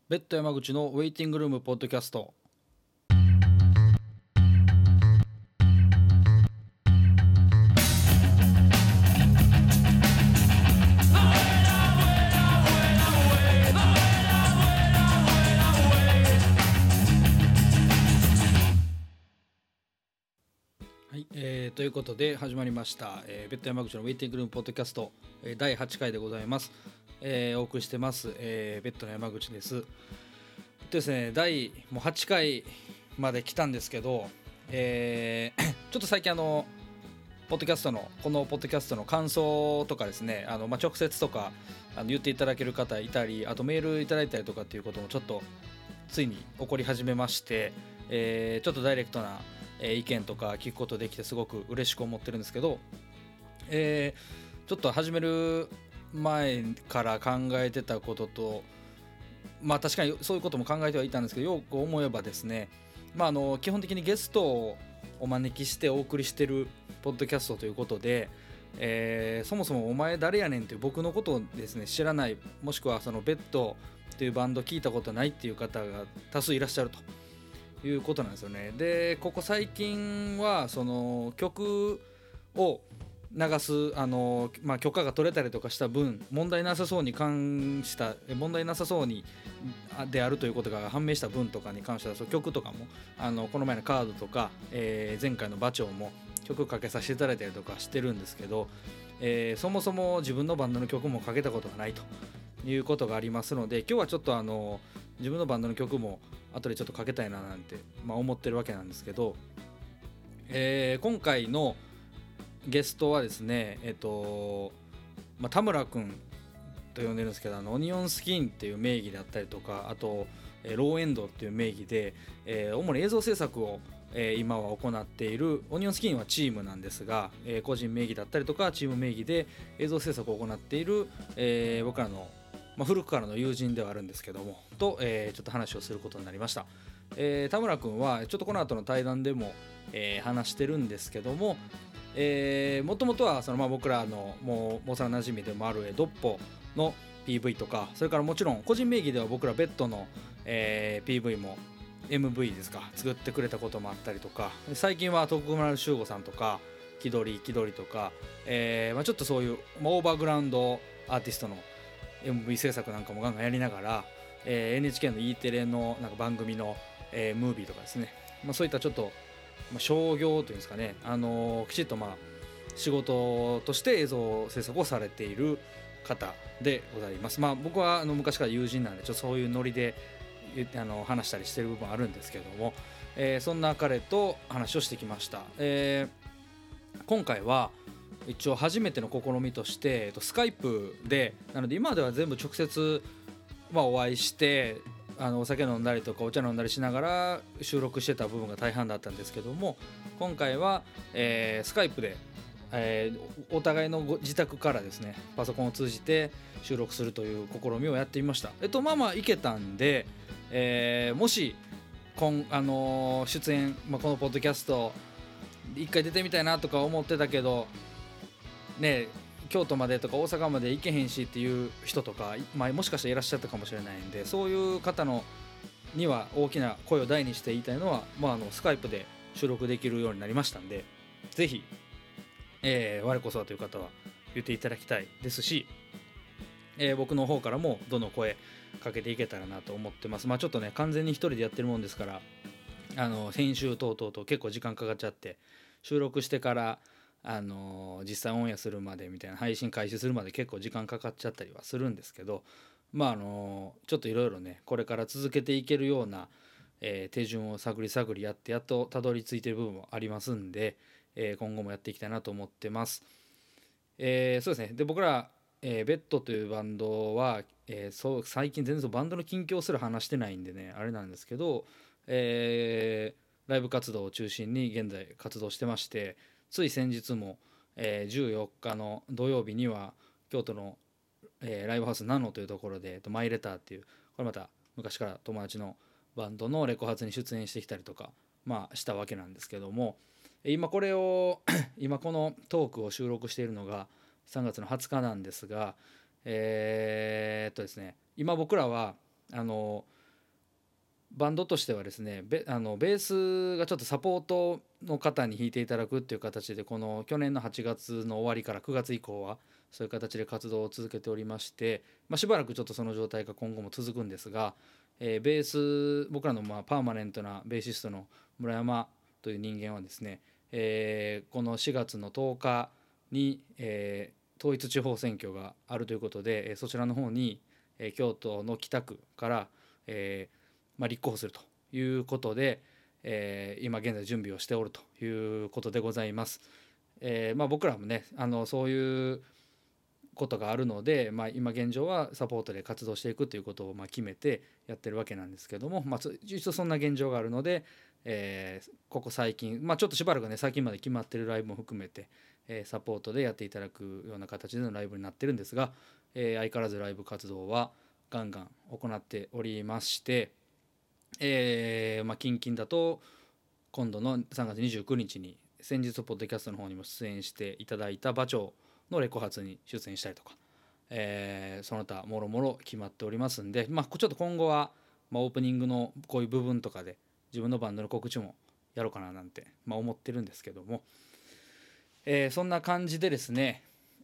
ベッド山口のウェイティングルームポッドキャスト。はい、ということで始まりました、ベッド山口のウェイティングルームポッドキャスト、第8回でございます。お送りしてます、ベッドの山口です。ですね、第もう8回まで来たんですけど、ちょっと最近ポッドキャストのこのポッドキャストの感想とかですね、直接とか言っていただける方いたり、あとメールいただいたりとかっていうこともちょっとついに起こり始めまして、ちょっとダイレクトな意見とか聞くことできてすごく嬉しく思ってるんですけど、ちょっと始める前から考えてたことと、確かにそういうことも考えてはいたんですけど、よく思えばですね、基本的にゲストをお招きしてお送りしてるポッドキャストということで、そもそもお前誰やねんという僕のことをですね知らない、もしくはそのベッドというバンド聞いたことないっていう方が多数いらっしゃるということなんですよね。でここ最近はその曲を流す許可が取れたりとかした分、問題なさそうにであるということが判明した分とかに関しては、その曲とかもこの前のカードとか、前回の馬長も曲かけさせていただいたりとかしてるんですけど、そもそも自分のバンドの曲もかけたことがないということがありますので、今日はちょっと自分のバンドの曲も後でちょっとかけたいななんて、思ってるわけなんですけど、今回のゲストはですね、田村くんと呼んでるんですけど、オニオンスキンっていう名義だったりとか、あと、ローエンドっていう名義で、主に映像制作を、今は行っている。オニオンスキンはチームなんですが、個人名義だったりとかチーム名義で映像制作を行っている、僕らの、古くからの友人ではあるんですけどもと、ちょっと話をすることになりました。田村くんはちょっとこの後の対談でも、話してるんですけども、もともとは僕らのもう幼なじみでもあるドッポの PV とか、それからもちろん個人名義では僕らベッドの、PV も MV ですか作ってくれたこともあったりとか、最近は徳丸修吾さんとか気取りとか、ちょっとそういう、オーバーグラウンドアーティストの MV 制作なんかもガンガンやりながら、NHK の E テレのなんか番組の、ムービーとかですね、そういったちょっと商業というんですかね、きちっと仕事として映像制作をされている方でございます。僕は昔から友人なんで、ちょっとそういうノリで話したりしてる部分あるんですけども、そんな彼と話をしてきました。今回は一応初めての試みとして、スカイプで、なので今では全部直接、お会いしてお酒飲んだりとかお茶飲んだりしながら収録してた部分が大半だったんですけども、今回は、スカイプで、お互いの自宅からですねパソコンを通じて収録するという試みをやってみました。いけたんで、もし出演、このポッドキャスト一回出てみたいなとか思ってたけどね、京都までとか大阪まで行けへんしっていう人とか、もしかしたらいらっしゃったかもしれないんで、そういう方には大きな声を大にして言いたいのは、スカイプで収録できるようになりましたんで、ぜひ、我こそはという方は言っていただきたいですし、僕の方からもどの声かけていけたらなと思ってます。ちょっとね完全に一人でやってるもんですから、編集等々と結構時間かかっちゃって、収録してから実際オンエアするまでみたいな、配信開始するまで結構時間かかっちゃったりはするんですけど、ちょっといろいろねこれから続けていけるような、手順を探りやってやっとたどり着いている部分もありますんで、今後もやっていきたいなと思ってます。そうですね。で僕ら、ベッドというバンドは、最近全然バンドの近況すら話してないんでねあれなんですけど、ライブ活動を中心に現在活動してまして、つい先日も、14日の土曜日には京都の、ライブハウスナノというところで、マイレターっていう、これまた昔から友達のバンドのレコ発に出演してきたりとか、したわけなんですけども、今これを今このトークを収録しているのが3月の20日なんですが、ですね、今僕らはバンドとしてはですねベースがちょっとサポートの方に弾いていただくっていう形で、この去年の8月の終わりから9月以降はそういう形で活動を続けておりまして、しばらくちょっとその状態が今後も続くんですが、ベース僕らのパーマネントなベーシストの村山という人間はですね、この4月の10日に、統一地方選挙があるということで、そちらの方に、京都の北区から、立候補するということで、今現在準備をしておるということでございます。僕らもねそういうことがあるので、今現状はサポートで活動していくということを決めてやってるわけなんですけども、一応そんな現状があるので、ここ最近、ちょっとしばらくね最近まで決まってるライブも含めて、サポートでやっていただくような形でのライブになってるんですが、相変わらずライブ活動はガンガン行っておりまして、近々だと今度の3月29日に先日ポッドキャストの方にも出演していただいた馬長のレコ発に出演したりとか、その他もろもろ決まっておりますんで、ちょっと今後は、オープニングのこういう部分とかで自分のバンドの告知もやろうかななんて、思ってるんですけども、そんな感じでですね、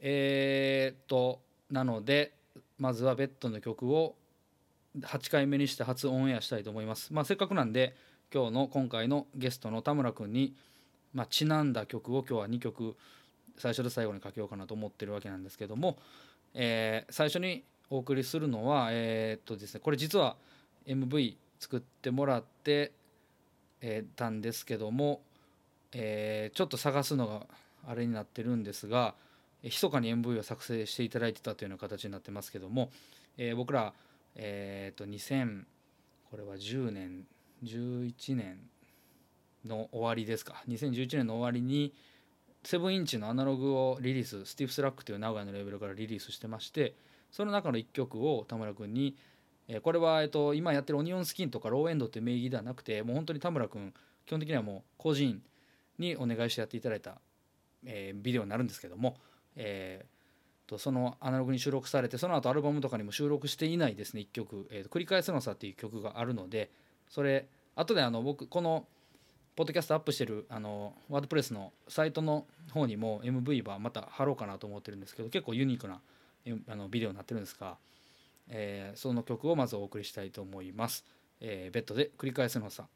なのでまずはベッドの曲を8回目にして初オンエアしたいと思います。せっかくなんで今回のゲストの田村くんに、ちなんだ曲を今日は2曲最初と最後にかけようかなと思ってるわけなんですけども、最初にお送りするのはですね、これ実は MV 作ってもらって、たんですけども、ちょっと探すのがあれになってるんですが、密かに MV を作成していただいてたというような形になってますけども、僕ら2000これは10年11年の終わりですか、2011年の終わりに7インチのアナログをリリース、スティーブ・スラックという名古屋のレーベルからリリースしてまして、その中の1曲を田村君に、これは今やってるオニオンスキンとかローエンドっていう名義ではなくて、もう本当に田村君基本的にはもう個人にお願いしてやっていただいた、ビデオになるんですけども、そのアナログに収録されて、その後アルバムとかにも収録していないですね1曲、繰り返すのさっていう曲があるので、それ後で僕このポッドキャストアップしてるワードプレスのサイトの方にも MV はまた貼ろうかなと思ってるんですけど、結構ユニークなビデオになってるんですが、その曲をまずお送りしたいと思います。ベッドで繰り返すのさ。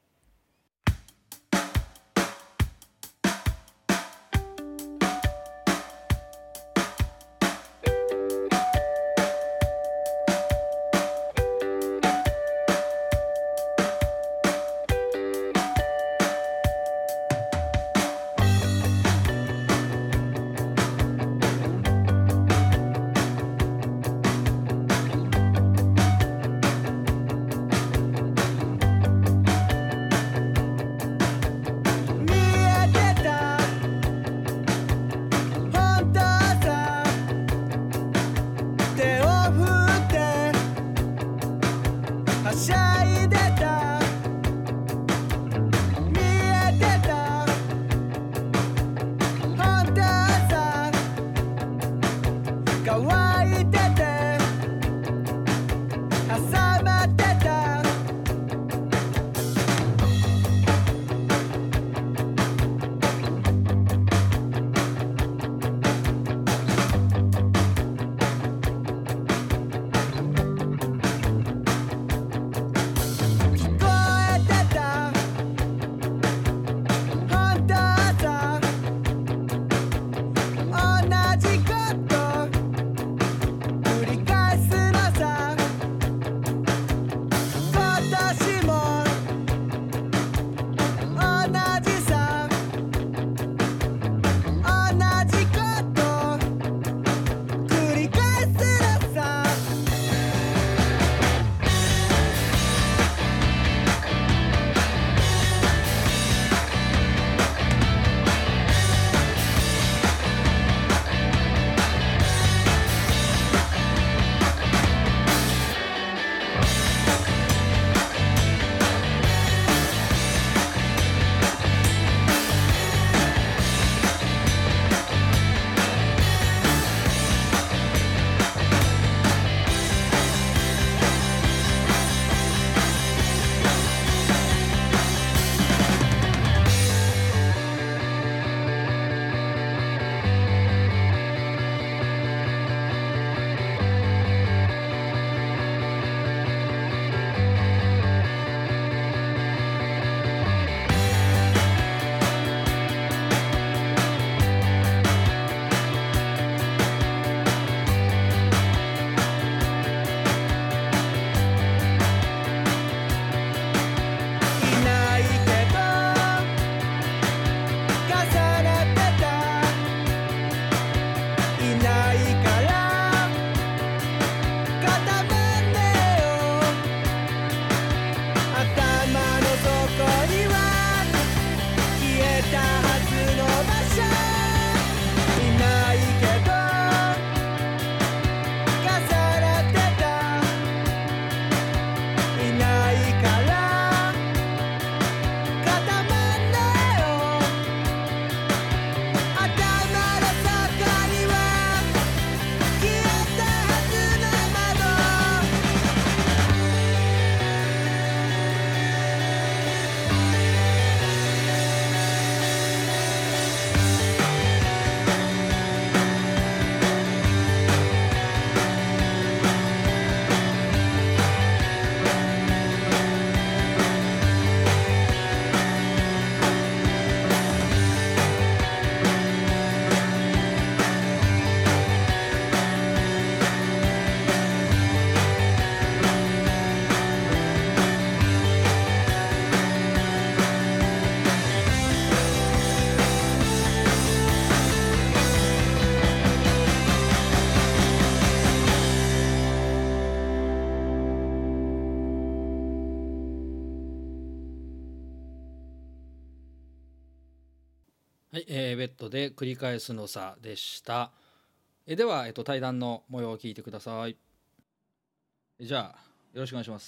はい、ベッドで繰り返すのさでした。では、対談の模様を聞いてください。じゃあよろしくお願いします。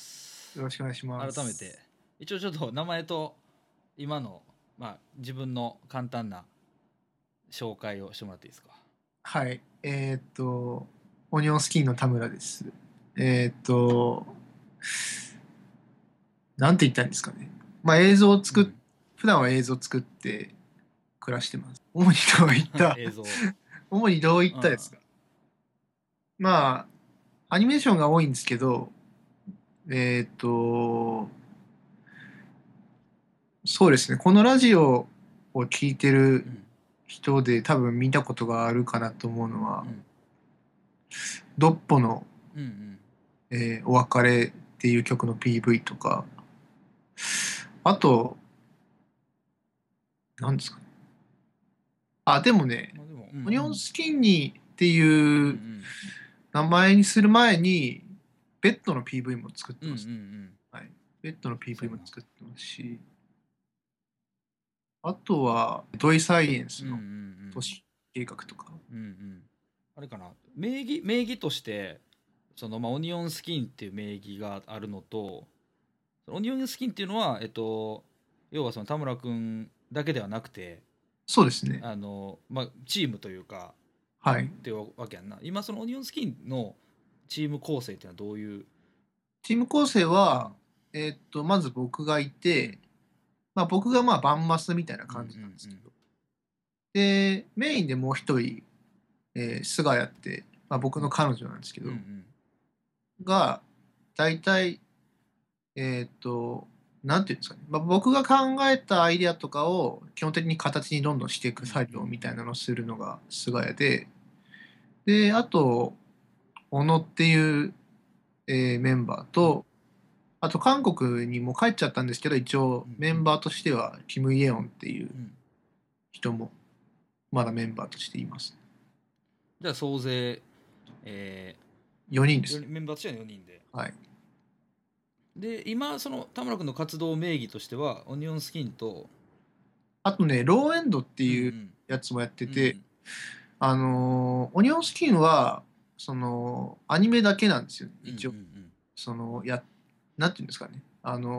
よろしくお願いしま改めてす。 一応ちょっと名前と今の、自分の簡単な紹介をしてもらっていいですか。 はい。オニオンスキンの田村です。えーっと、なんて言ったらいいんですかね。まあ映像を作っ、 うん、 普段は映像を作って暮らしてます。主にどういった映像、 主にどういっうん、 たですか。まあ、アニメーションが多いんですけど、えーっと、そうですね。このラジオを聞いてるうん人で多分見たことがあるかなと思うのは、 うんドッポの、 うんうんお別れっていう曲の PV とか、あと、なんですかね。あ、でもね、 まあでもオニオンスキンにっていううんうん名前にする前に、ベッドの PV も作ってうんうんうます。 んはい。ベッドのそう PV やなも作ってますし、あとは、ドイサイエンスうんうんうの都ん市計画とか。 うんうんあれかな、名義としてそのオニオンスキンっていう名義があるのと、オニオンスキンっていうのは要はその田村君だけではなくてそうですね。 チームというかはい。 っていうわけやんな。今そのオニオンスキンのチーム構成っていうのはどういう。 チーム構成は、 うんまず僕がいて、 うんまあ僕がまあバンマスみたいなうんうんう感じなんですけんど、で、メインでもう一人、菅谷って、まあ僕の彼女なんですけど、 うんうんが、大体、えっと、なんていうんですかね、まあ、僕が考えたアイデアとかを基本的に形にどんどんしていくうん作業みたいなのをするのが菅谷で、で、あと、小野っていう、メンバーうんと、あと韓国にもう帰っちゃったんですけど、一応うんメンバーとしてはキム・イエオンっていううん人もまだメンバーとしています。 じゃあ総勢、え 4人ですね。 メンバーとしては4人で。 はい。 で今その田村君の活動名義としてはオニオンスキンとあとね、ローエンドっていううんうんやつもやってて、 うんオニオンスキンは、アニメだけなんですよね、 うんうん一応。 うんなんていうんですかね。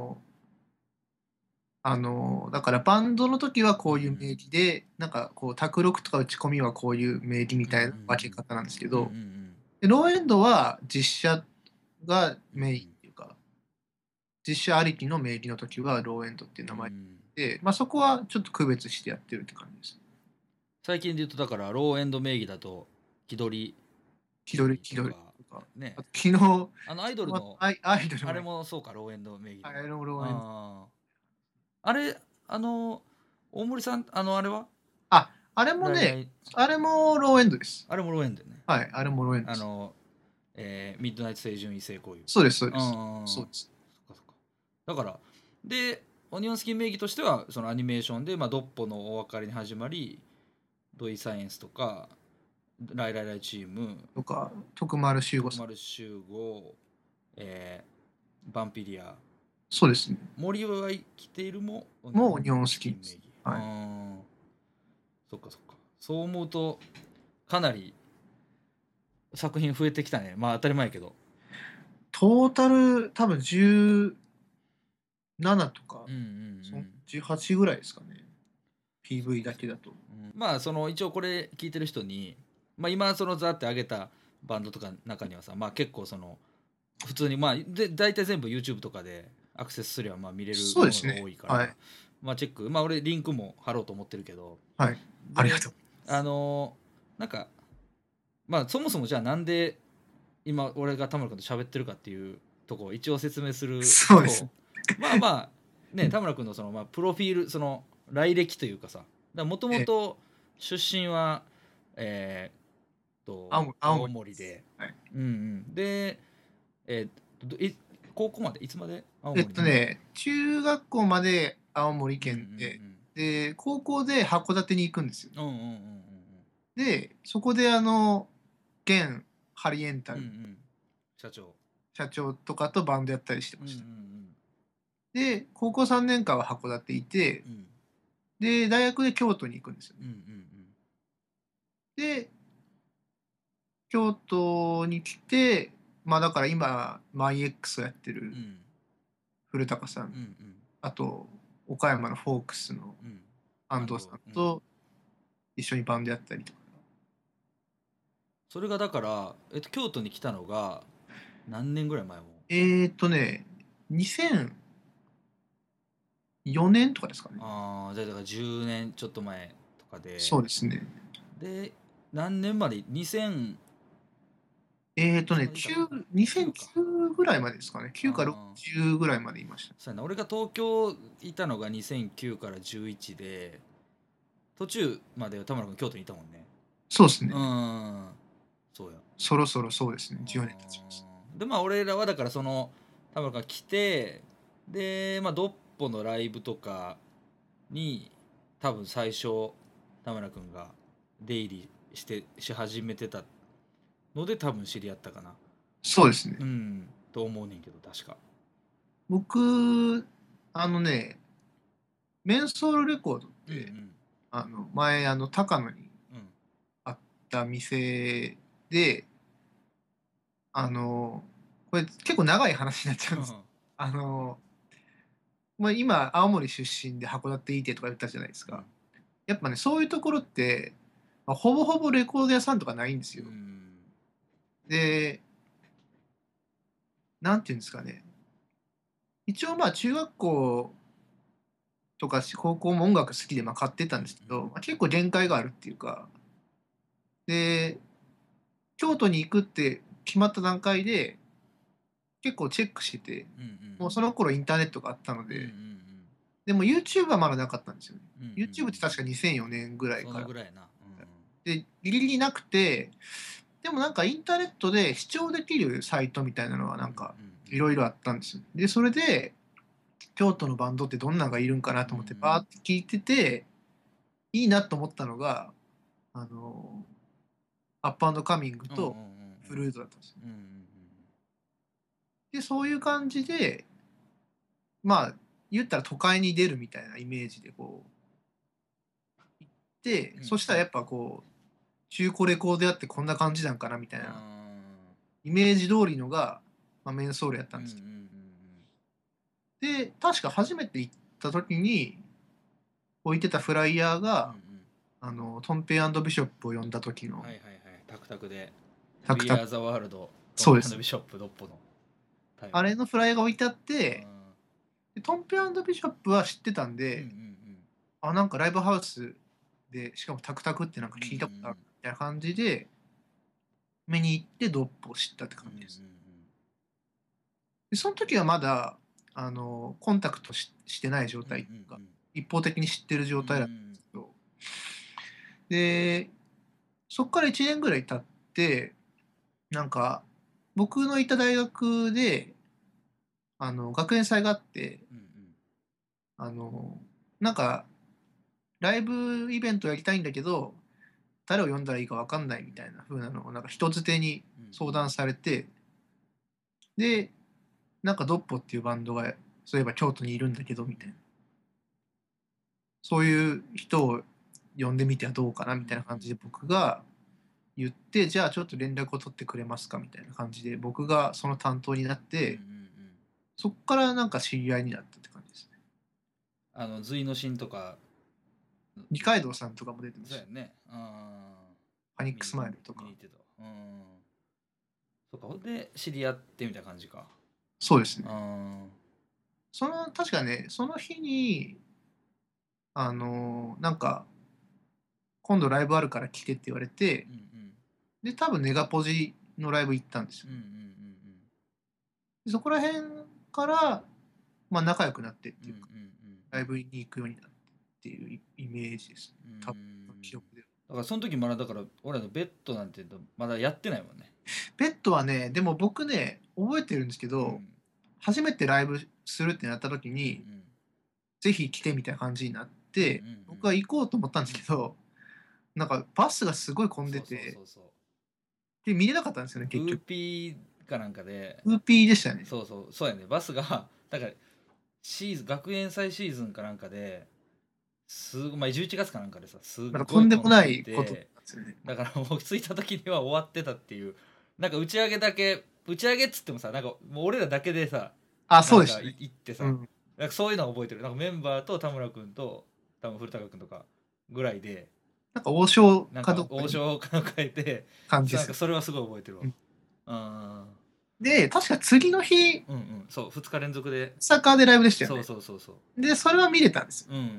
だからバンドの時はこういう名義で、なんかこう、卓録とか打ち込みはこういう名義みうんうんたいな分け方なんですけうんうんうど、 んでローエンドは実写がうんメインっていうか、実写ありきの名義の時はローエンドっていう名前うんで、まあそこはちょっと区別してやってるって感じです。 最近で言うとだからローエンド名義だと気取り気取りとかとか。 ね、 あと昨日、 アイドルのアイドルもあれもそうか、ローエンド名義で。 あれもローエンド。 ああ。あれ、大森さん、あれはあ、あれもね、 ライライ、 あれもローエンドです。 あれもローエンドよね。 はい、あれもローエンドです。 あの、ミッドナイト青春異性交友。 そうです、そううです。 ん。 そうです。 そっかそっか。だから、で、オニオンスキン名義としては、そのアニメーションで、ドッポのお別れに始まり、ドイサイエンスとか、ライライライチーム、 とか、徳丸修吾さん。 徳丸集合、えバンピリア、 そうですね。 森は生きているもオニオンもうオニオン好スキン名義。 きです。はい。 そっかそっか。そう思うとかなり作品増えてきたね。まあ当たり前やけど。 トータル多分17とか、 うんうん 18ぐらいですかね。PV だけだと。 うん。まあその一応これ聞いてる人に、今そのザって上げたバンドとか中にはさ、結構その普通に大体全部 YouTube とかでアクセスすれば見れるものが多そうですね。 いから、 はい。 チェック、俺リンクも貼ろうと思ってるけど、 はい。ありがでとう。 なんかそもそもじゃあなんで今俺が田村君と喋ってるかっていうとこを一応説明すると、 そうですね。 田村君のそのプロフィール、その来歴というかさ、もともえ、 と出身は青青森。 森で、 はい。 うんうんで、えーとい高校までいつまで青森に。 中学校まで青森うんうん県で、高校で函館に行くんですよ。 うんうんうんうんで、そこで現ハリエンタルうんうんうん社長。 社長とかとバンドやったりしてうんうんうました。 んで、高校3年間は函館いて、 うんで、大学で京都に行くんですよね。 うんうんで、京都に来て、まあだから今、マイ X をやってるうんうん古高さん、 うんうんあと、岡山のフォークスのうん安藤さんと一緒にバンドやったりとか。 それがだから、京都に来たのが何年ぐらい前も？ 2004年とかですかね。 ああ、じゃあだから10年ちょっと前とかで、 そうですね。 で、何年まで ?2000、そんなにいたかな？ 9、 9か。 2009ぐらいまでですかね。9かああ、 60ぐらいまでいました。 そうやな。俺が東京いたのが2009から11で、途中まで田村君京都にいたもんね。 そうですね。 うん、そうや。 そろそろそうですね。10年経ちます。 で、まあ俺らはだからその、田村君が来て、で、まあドッポのライブとかに、多分最初、田村君が出入りし始めてたので多分知り合ったかな。 そうですね。 うん、と思うねんけど、確か。 僕、あのね、メンソールレコードって、 うんうん前、高野にうんあった店で、あの、これ結構長い話になっちゃうんです。あの、まあ、今、青森出身で函館いいてとか言ったじゃないですか。 うんやっぱね、そういうところって、まあ、ほぼほぼレコード屋さんとかないんですうよ。 んで、なんていうんですかね。一応まあ中学校とか高校も音楽好きでまあ買ってたんですけど、まあ、結構限界があるっていうか、で、京都に行くって決まった段階で結構チェックしてて、 うんうんもうその頃インターネットがあったのうんうんうで、 んでも YouTube はまだなかったんですよね。 うんうんうん YouTube って確か2004年ぐらいそから。 のぐらいやな。 で、ギリギリなくて、でもなんかインターネットで視聴できるサイトみたいなのはなんかいろいろあったんですよ。で、それで京都のバンドってどんなのがいるんかなと思ってバーって聞いてて、いいなと思ったのが、あの、アップカミングうんうんうんとフルートだったんですよ。 うんうんうんで、そういう感じで、まあ、言ったら都会に出るみたいなイメージでこう行って、 うんうんそしたらやっぱこう、中古レコードやってこんな感じなんかなみたいなイメージ通りのが、まあ、メンソールやったうんうんうんんですけど。で、確か初めて行った時に置いてたフライヤーが、 うんうんトンペイビショップを呼んだ時のはいはいはい、タクタクでタクタク、 We Are the World トンペそうです。 ビショップドッポのタイム。 あれのフライヤーが置いてあっうんて、でトンペイビショップは知ってたんうんうんうで、 んあ、なんかライブハウスで、しかもタクタクってなんかうんうん聞いたことあるみたいな感じで、見に行ってドッポを知ったってうんうん感じです。で、その時はまだ、コンタクトしてない状うんうん態っていうか、一方的に知ってるうんうんう状態だったんでんすけど、で、そっから1年ぐらい経って、なんか、僕のいた大学で、学園祭があって、 うんあの、なんか、ライブイベントやりたいんだけど、誰を呼んだらいいか分かんないみたいな風なのを、なんか人づてに相談されて、で、なんかドッポっていうバンドが、そういえば京都にいるんだけど、みたいな。そういう人を呼んでみてはどうかなみたいな感じで僕が言って、じゃあちょっと連絡を取ってくれますかみたいな感じで、僕がその担当になっうんうんうんうて、 ん。 そっからなんか知り合いになったって感じですね。 隋の神とか、 二階堂さんとかも出てました。 そうやんね。 パニックスマイルとか。 見に行ってた。そっか、ほんで知り合ってみたいな感じか。 そうですね。 うん確かね、その日に、なんか、今度ライブあるから来てって言われて、 うんうんで、多分ネガポジのライブ行ったんですよ。 うんうんでそこら辺から、まあ仲良くなってっていうか、 うんうんうんライブに行くようになってっていうイメージですね。 うん多分、記憶で。 だからその時まだだから俺らのベッドなんてまだやってないもんね。 ペットはね、でも僕ね、覚えてるんですけど、初めてライブするってなった時に、ぜひ来てみたいな感じになって、僕は行こうと思ったんですけど、なんかバスがすごい混んでて、で、見れなかったんですよね、結ウー局。 ピーかなんかで、 ウーピーでしたね。 そうやね、バスがだから学園祭シーズンかなんかでまあ、11月かなんかでさすなんかとごいんでもな混んでいことなんて、 ですよね。 だからもう着いた時には終わってたっていう。なんか打ち上げっつってもさ、なんかもう俺らだけでさ、 あ、 なんかそうでしたね。 行ってさ、 うん。 なんかそういうのは覚えてる。なんかメンバーと田村君と多分古高君とかぐらいで、 なんか王将なんかかどっかに王将を考えて、なん感じですよ。 かそれはすごい覚えてるわ。 うん。 うんで、確か次の日、 うんうん、そう2日連続で、 大阪でライブでしたよそうね。 そうそうそう、 で、それは見れたんですよ。 うんうんうんうん、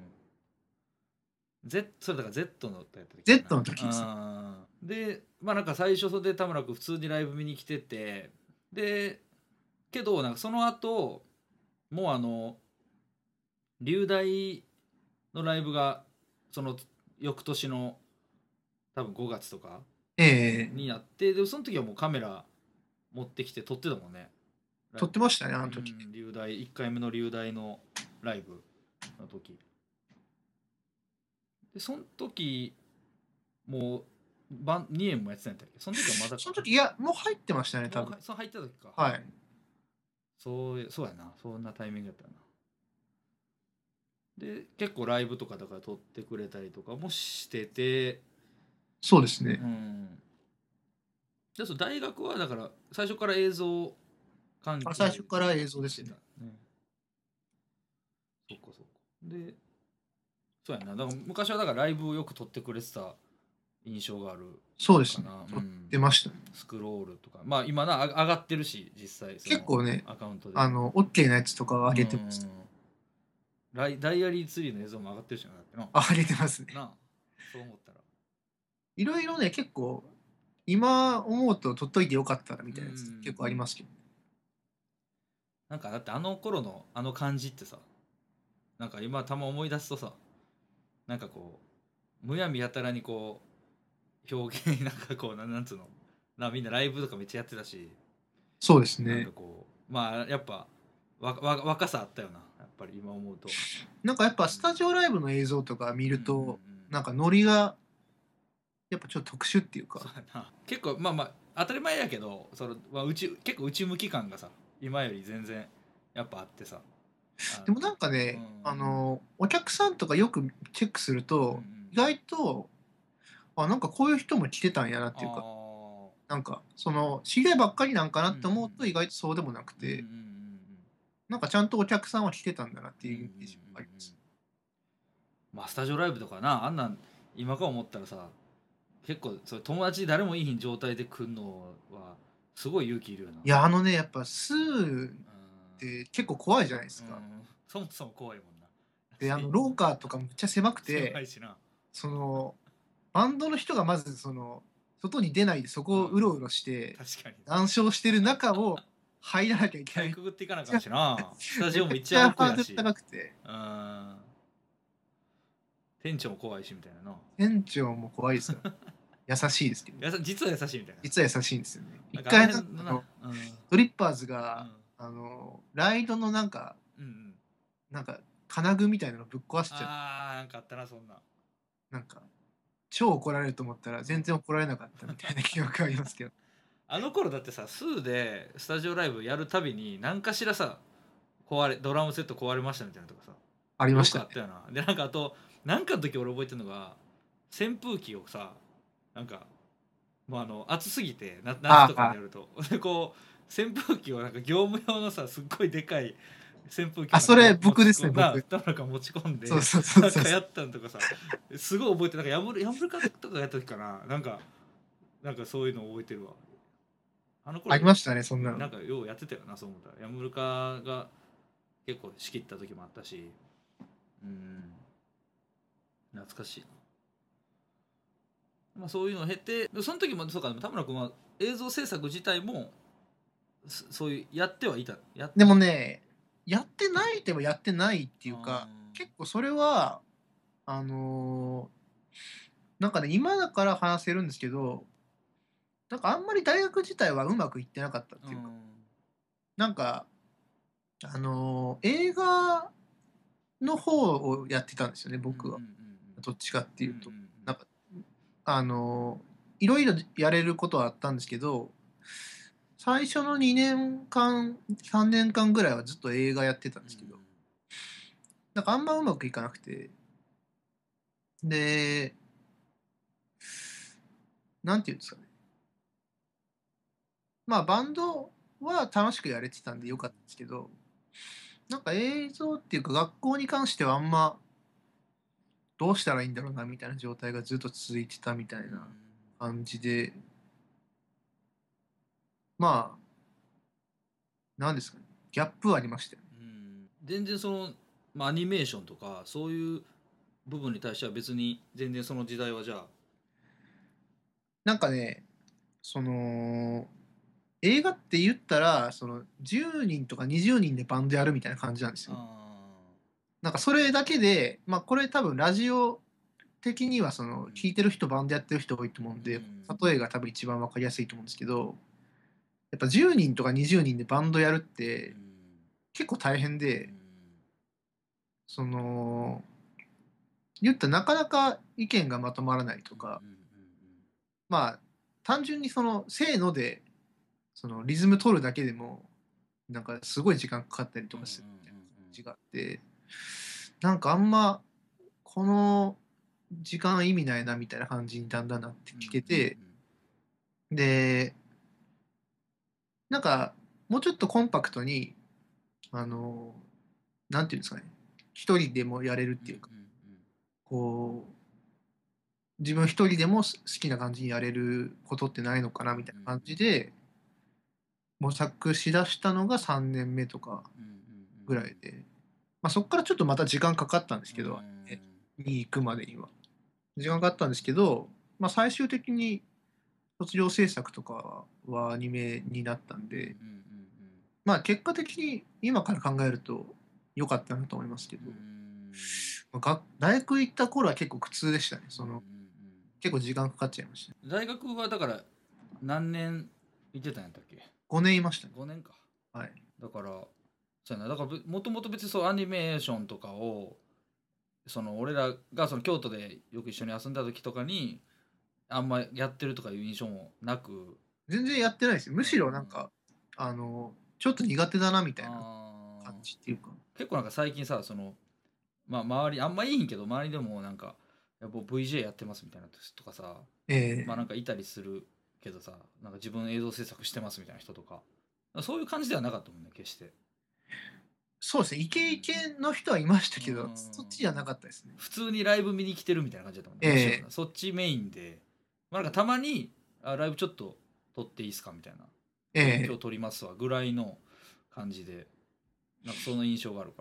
それだから Z のやった時か Z な。 の時ですね。 でまあなんか最初で田村君普通にライブ見に来てて、でけどなんかその後もう龍大のライブがその翌年の多分5月とかええ、 になって、でその時はもうカメラ持ってきて撮ってたもんね、ライ撮ってましたね、あのブ。う時。 ん、龍大1回目の龍大のライブの時で、その時もう2円もやってたんやったっけ、その時はまだか。 その時、いや、もう入ってましたね、多分。 そう入った時か。 はい。 そうやな、そんなタイミングやったな。で結構ライブとかだから撮ってくれたりとかもしてて、 そうですね。 うん、でそう大学はだから最初から映像関係最初から映像行ってたですね。 ね。そっかそっか。でそうやな、だから昔はだからライブをよく撮ってくれてた印象があるそうですね。 かな。う撮っん、 てましたね。 スクロールとかまあ今上がってるし、実際その結構ね、 アカウントで、 OK なやつとかう上げてます。 ん、ダイアリーツリーの映像も上がってるしな、だってな。 上げてますね。 なあ、そう思ったら。 いろいろね、結構、今思うと撮っといてよかったなみうたいなやつ結ん、 構ありますけど。 なんかだってあの頃のあの感じってさ、なんか今たま思い出すとさ、なんかこうむやみやたらにこう表現なんかこうなんつうのみんなライブとかめっちゃやってたし、 そうですなんかね。 こうまあやっぱ若さあったよな、やっぱり今思うと。 なんかやっぱスタジオライブの映像とか見うんうんうん、 ると、なんかノリがやっぱちょっと特殊っていうか。 そうやな、結構まあまあ当たり前やけど、その、まあ、結構内向き感がさ今より全然やっぱあってさ、 でもなんかうんね、お客さんとかよくチェックすると、 うんうん、 意外と、なんかこういう人も来てたんやなっあていうか、 あ、 なんか、知り合いばっかりなんかなうんうんって思うと意外とそうでもなくうんうんうんて、なんかちゃんとお客さんは来てたんだなってうんうんうんうん、 いうイメージがあります。 まあスタジオライブとかな、あんなん今から思ったらさ、結構それ友達誰もいいひん状態で来んのはすごい勇気いるよな。 いや、やっぱスーって結構怖いじゃないですか。 うん、そもそも怖いもんな。 で、廊下とかめっちゃ狭くて、 狭いしな。 その、バンドの人がまず外に出ないでそこをうろうろして、 確かに。 談笑してる中を入らなきゃいけかない。 いくぐっていかなあかんしな。スタジめちゃくオも一応ちゃハードル奥やし。 高くて、 うん。店長も怖いしみたいなな。 店長も怖いですよ。優しいですけど。 実は優しいみたいな。 実は優しいんですよね。 なんかあの一回辺のな。うん。 ドリッパーズうん。 が、ライドのうんうん。 なんか、金具みたいなのぶっ壊しちゃって、 ああ、なんかあったな、そんな。 なんか、超怒られると思ったら全然怒られなかったみたいな記憶がありますけど。 あの頃だってさ、スーでスタジオライブやるたびに何かしらさ、ドラムセット壊れましたみたいなとかさ、よありましたね。 くあったよな。でなんかあと、なんかの時俺覚えてるのが、扇風機をさ、なんかもう暑すぎて夏とかにやるとでこう扇風機をなんか業務用のさすっごいでかい扇風機をなんかそれ僕ですね、僕。 田村が持ち込んでそうそうそうそう。 なんかやったんとかさ、すごい覚えて、なんかやむるかとかやった時かな、なんかそういうの覚えてるわ。あの頃ありましたね、そんなの。 なんかようやってたよな、そう思ったら。やむるかが結構仕切った時もあったし、うん、懐かしいな。まあそういうのを経て、その時もそうか、田村君は映像制作自体もそういうやってはいた。 でもね、やってないでもやってないっていうか、 あ結構それは、あの、なんかね、今だから話せるんですけど、なんかあんまり大学自体はうまくいってなかったっー、 ていうか、なんか、映画の方をやってたんですよね、僕は。どっちかっていうと。なんか、あの、いろいろやれることはあったんですけど、最初の2年間、3年間ぐらいはずっと映画やってたんですけど、なんかあんまうまくいかなくて、 で、なんていうんですかね。まあ、バンドは楽しくやれてたんで良かったんですけど、なんか映像っていうか学校に関してはあんまどうしたらいいんだろうなみたいな状態がずっと続いてたみたいな感じで、まあ、なんですかね、ギャップはありましたよね。 全然その、まあ、アニメーションとかそういう部分に対しては別に全然その時代はじゃあ。 なんかね、その、映画って言ったら、その10人とか20人でバンドやるみたいな感じなんですよ。 あなんかそれだけで、まあこれ多分ラジオ的にはその聞いてる人、バンドやってる人多いと思うんで、例えが多分一番わかりやすいと思うんですけど、やっぱ10人とか20人でバンドやるって結構大変で、その、言ったらなかなか意見がまとまらないとか、まあ、単純にその、せーので、そのリズム取るだけでも、なんかすごい時間かかったりとかするみたいな感じがあって、なんかあんま、この時間意味ないなみたいな感じにだんだんなってきてて、で、なんか、もうちょっとコンパクトに、あの、なんていうんですかね、一人でもやれるっていうか、こう、自分一人でも好きな感じにやれることってないのかなみたいな感じで、模索しだしたのが3年目とかぐらいで、まあ、そこからちょっとまた時間かかったんですけど、に行くまでには。時間かかったんですけど、まあ、最終的に卒業制作とかはアニメになったんで、まあ、結果的に今から考えると良かったなと思いますけど、大学行った頃は結構苦痛でしたね。結構時間かかっちゃいましたね。 大学はだから何年行ってたんやったっけ？ 5年いましたね。 5年か。 はい。 だからそうやな、だからもともと別にそうアニメーションとかをその俺らがその京都でよく一緒に遊んだ時とかにあんまやってるとかいう印象もなく。 全然やってないですよ。むしろなんあか、ちょっと苦手だなみたいな感あじっていうか。 結構なんか最近さ、そのまあ周りあんまいいんけど周りでもなんかやっぱ VJ やってますみたいな人とかさ、まあなんええ、 かいたりするけどさ、なんか自分映像制作してますみたいな人とか、そういう感じではなかったもんね決して。 そうですね、イケイケの人はいましたうけど、そっん、 ちじゃなかったですね。 普通にライブ見に来てるみたいな感じだったもんね、 えむしろなえ、 そっちメインで、まあ、なんかたまにライブちょっと撮っていいっすかみたいな、今日ええ。 撮りますわぐらいの感じで、なんかその印象があるから。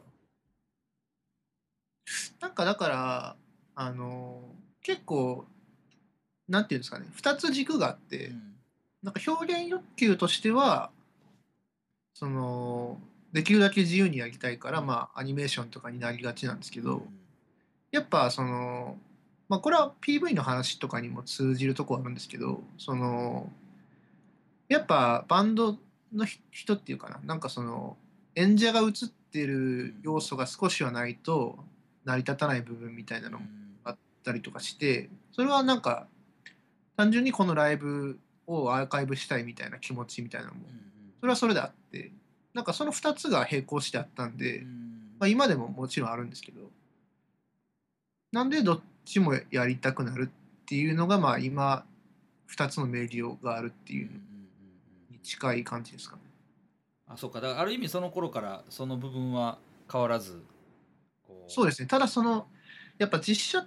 なんかだから、結構、なんていうんですかね、2つ軸があって、 うんなんか表現欲求としては、その、できるだけ自由にやりたいから、 うんまあ、アニメーションとかになりがちなんですけうんど、やっぱその、まあ、これは PV の話とかにも通じるところあるんですけど、その、やっぱバンドの人っていうかな、なんかその、演者が映ってる要素が少しはないと成り立たない部分みたいなのもあったりとかして、それはなんか、単純にこのライブをアーカイブしたいみたいな気持ちみたいなのも、それはそれであって、なんかその2つが並行してあったんで、まあ、今でももちろんあるんですけど、なんでどっちもやりたくなるっていうのが、まあ今、2つのメディアがあるっていうのに近い感じですかね。 あ、そっか。だからある意味その頃からその部分は変わらず、こそうですね。ただその、やっぱ実写って、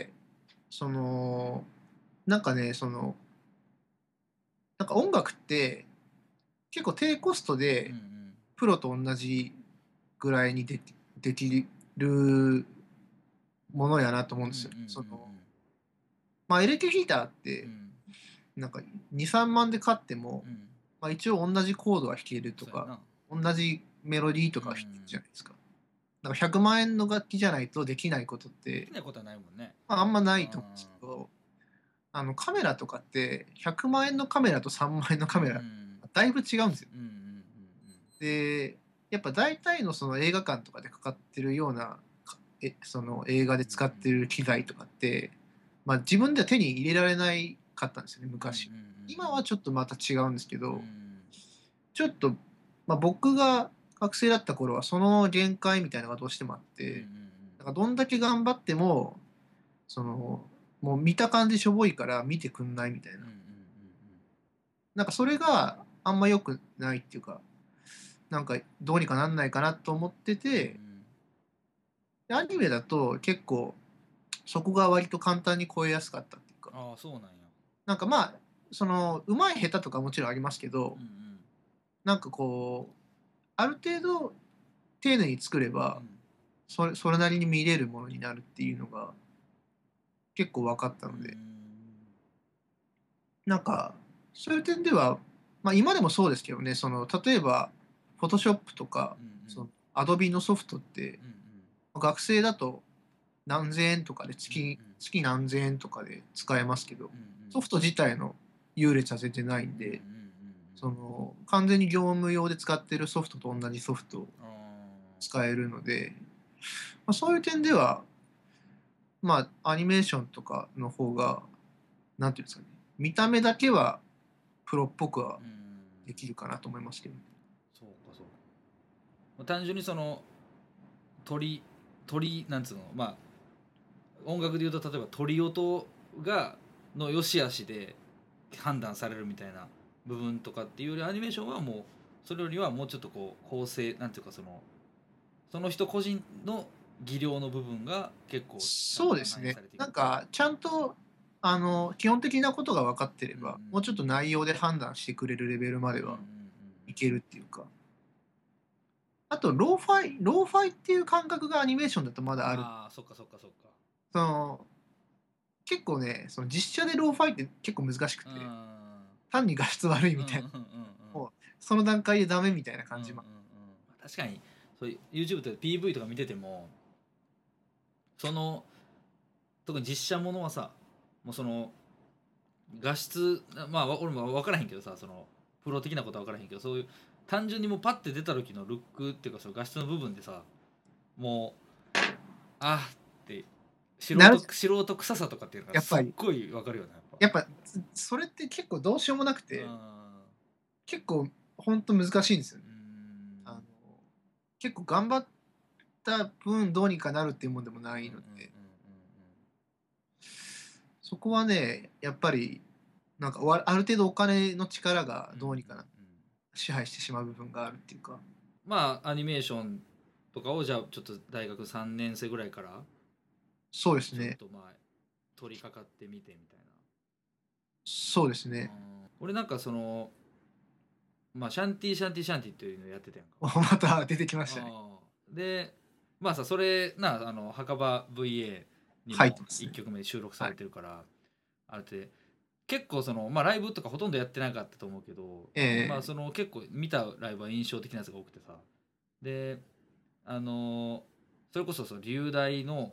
その、なんかね、その、なんか音楽って結構低コストう、うんでうんプロと同じぐらいにできるものやなと思うんですよ。 うんうんうんその、まあエレキギターっうんうて、 んなんか2、3万で買っても、 うん、 まあ一応同じコードは弾けるとか、 そうやな。 同じメロディーとうん、 かは弾けるじゃないですか。だから100万円の楽器じゃないとできないことっでて、 きないことはないもんね。 まあ、あんまなういと思うんですけど、カメラとかって100万円のカメラと3万円のカメラ、 んだいぶ違うんですよ。 うんうんで、やっぱ大体のその映画館とかでかかってるような、その映画で使ってる機材とかって、まあ自分では手に入れられないかったんですよね、昔。今はちょっとまた違うんですけど、ちょっと、まあ僕が学生だった頃はその限界みたいなのがどうしてもあって、なんかどんだけ頑張っても、 その、もう見た感じしょぼいから見てくんないみたいな。 うんうんうんなんかそれがあんま良くないっていうか、なんかどうにかなんないかなと思ってうんうんて、でアニメだと結構そこが割と簡単に超えやすかったっていうか、 ああ、そうなんや。 なんかまあ、上手い下手とかもちろんありますけど、 うんうんなんかこう、ある程度丁寧に作れば、 うんそれなりに見れるものになるっていうのが結構分かったうので、 んなんか、そういう点では、まあ、今でもそうですけどね、例えば、フォトショップとか、 うんうん Adobe のソフトって、 うんうん学生だと何千円とかでうんうん月何千円とかで使えますけど、 うんうんソフト自体の優劣は全然ないんうんうんで、 うん完全に業務用で使ってるソフトと同じソフトをあ使えるので、まあ、そういう点では、まあ、アニメーションとかの方が、なんていうんですかね、見た目だけはプロっぽくはーうんできるかなと思いますけど。 そうかそうか。まあ単純にその鳥なんつうの、まあ音楽で言うと例えば鳥音がの良し悪しで判断されるみたいな部分とかっていうよりアニメーションはもうそれよりはもうちょっとこう構成なんていうかその人個人の技量の部分が結構ちゃんとそうですね。 反映されていく。 なんか、ちゃんと、基本的なことが分かってれうんうんば、もうちょっと内容で判断してくれるレベルまでうんうんうんはいけるっていうか。あと、ローファイっていう感覚がアニメーションだとまだある。 ああそっかそっかそっか。 その、結構ね、実写でローファイって結構難しくうんて、単に画質悪いみたいな、 うんうんうんうんもう、その段階でダメみたいなうんうんうん感じも。 確かにそういう YouTube とか PV とか見ててもその特に実写ものはさもうその画質まあ俺も分からへんけどさプロ的なことは分からへんけどそういう単純にもうパッて出た時のルックっていうかその画質の部分でさもうあってなる素人臭さとかっていうのがやっぱり。 すっごい分かるよねやっやっぱ、それって結構どうしようもなくぱて、結構ほんと難しいんですよね。あの、結構頑張った分どうにかなるっていうもんでもないので、そこはね、やっぱり、なんか、ある程度お金の力がどうにか支配してしまう部分があるっていうか。 まあアニメーションとかをじゃあちょっと大学3年生ぐらいからちょっそうですね。 とまあ取り掛かってみてみたいそうですな。 ね。 俺なんかまあシャンティーシャンティーシャンティーっていうのやってたやんか。 また出てきましたね。 でまあさそれ墓場 VA にも1 入ってますね。 曲目収録さはい。 れてるから、あれって結構まあライブとかほとんどやってなかったと思うけど、まあええ、 結構見たライブは印象的なやつが多くてさであのそれこそ流大の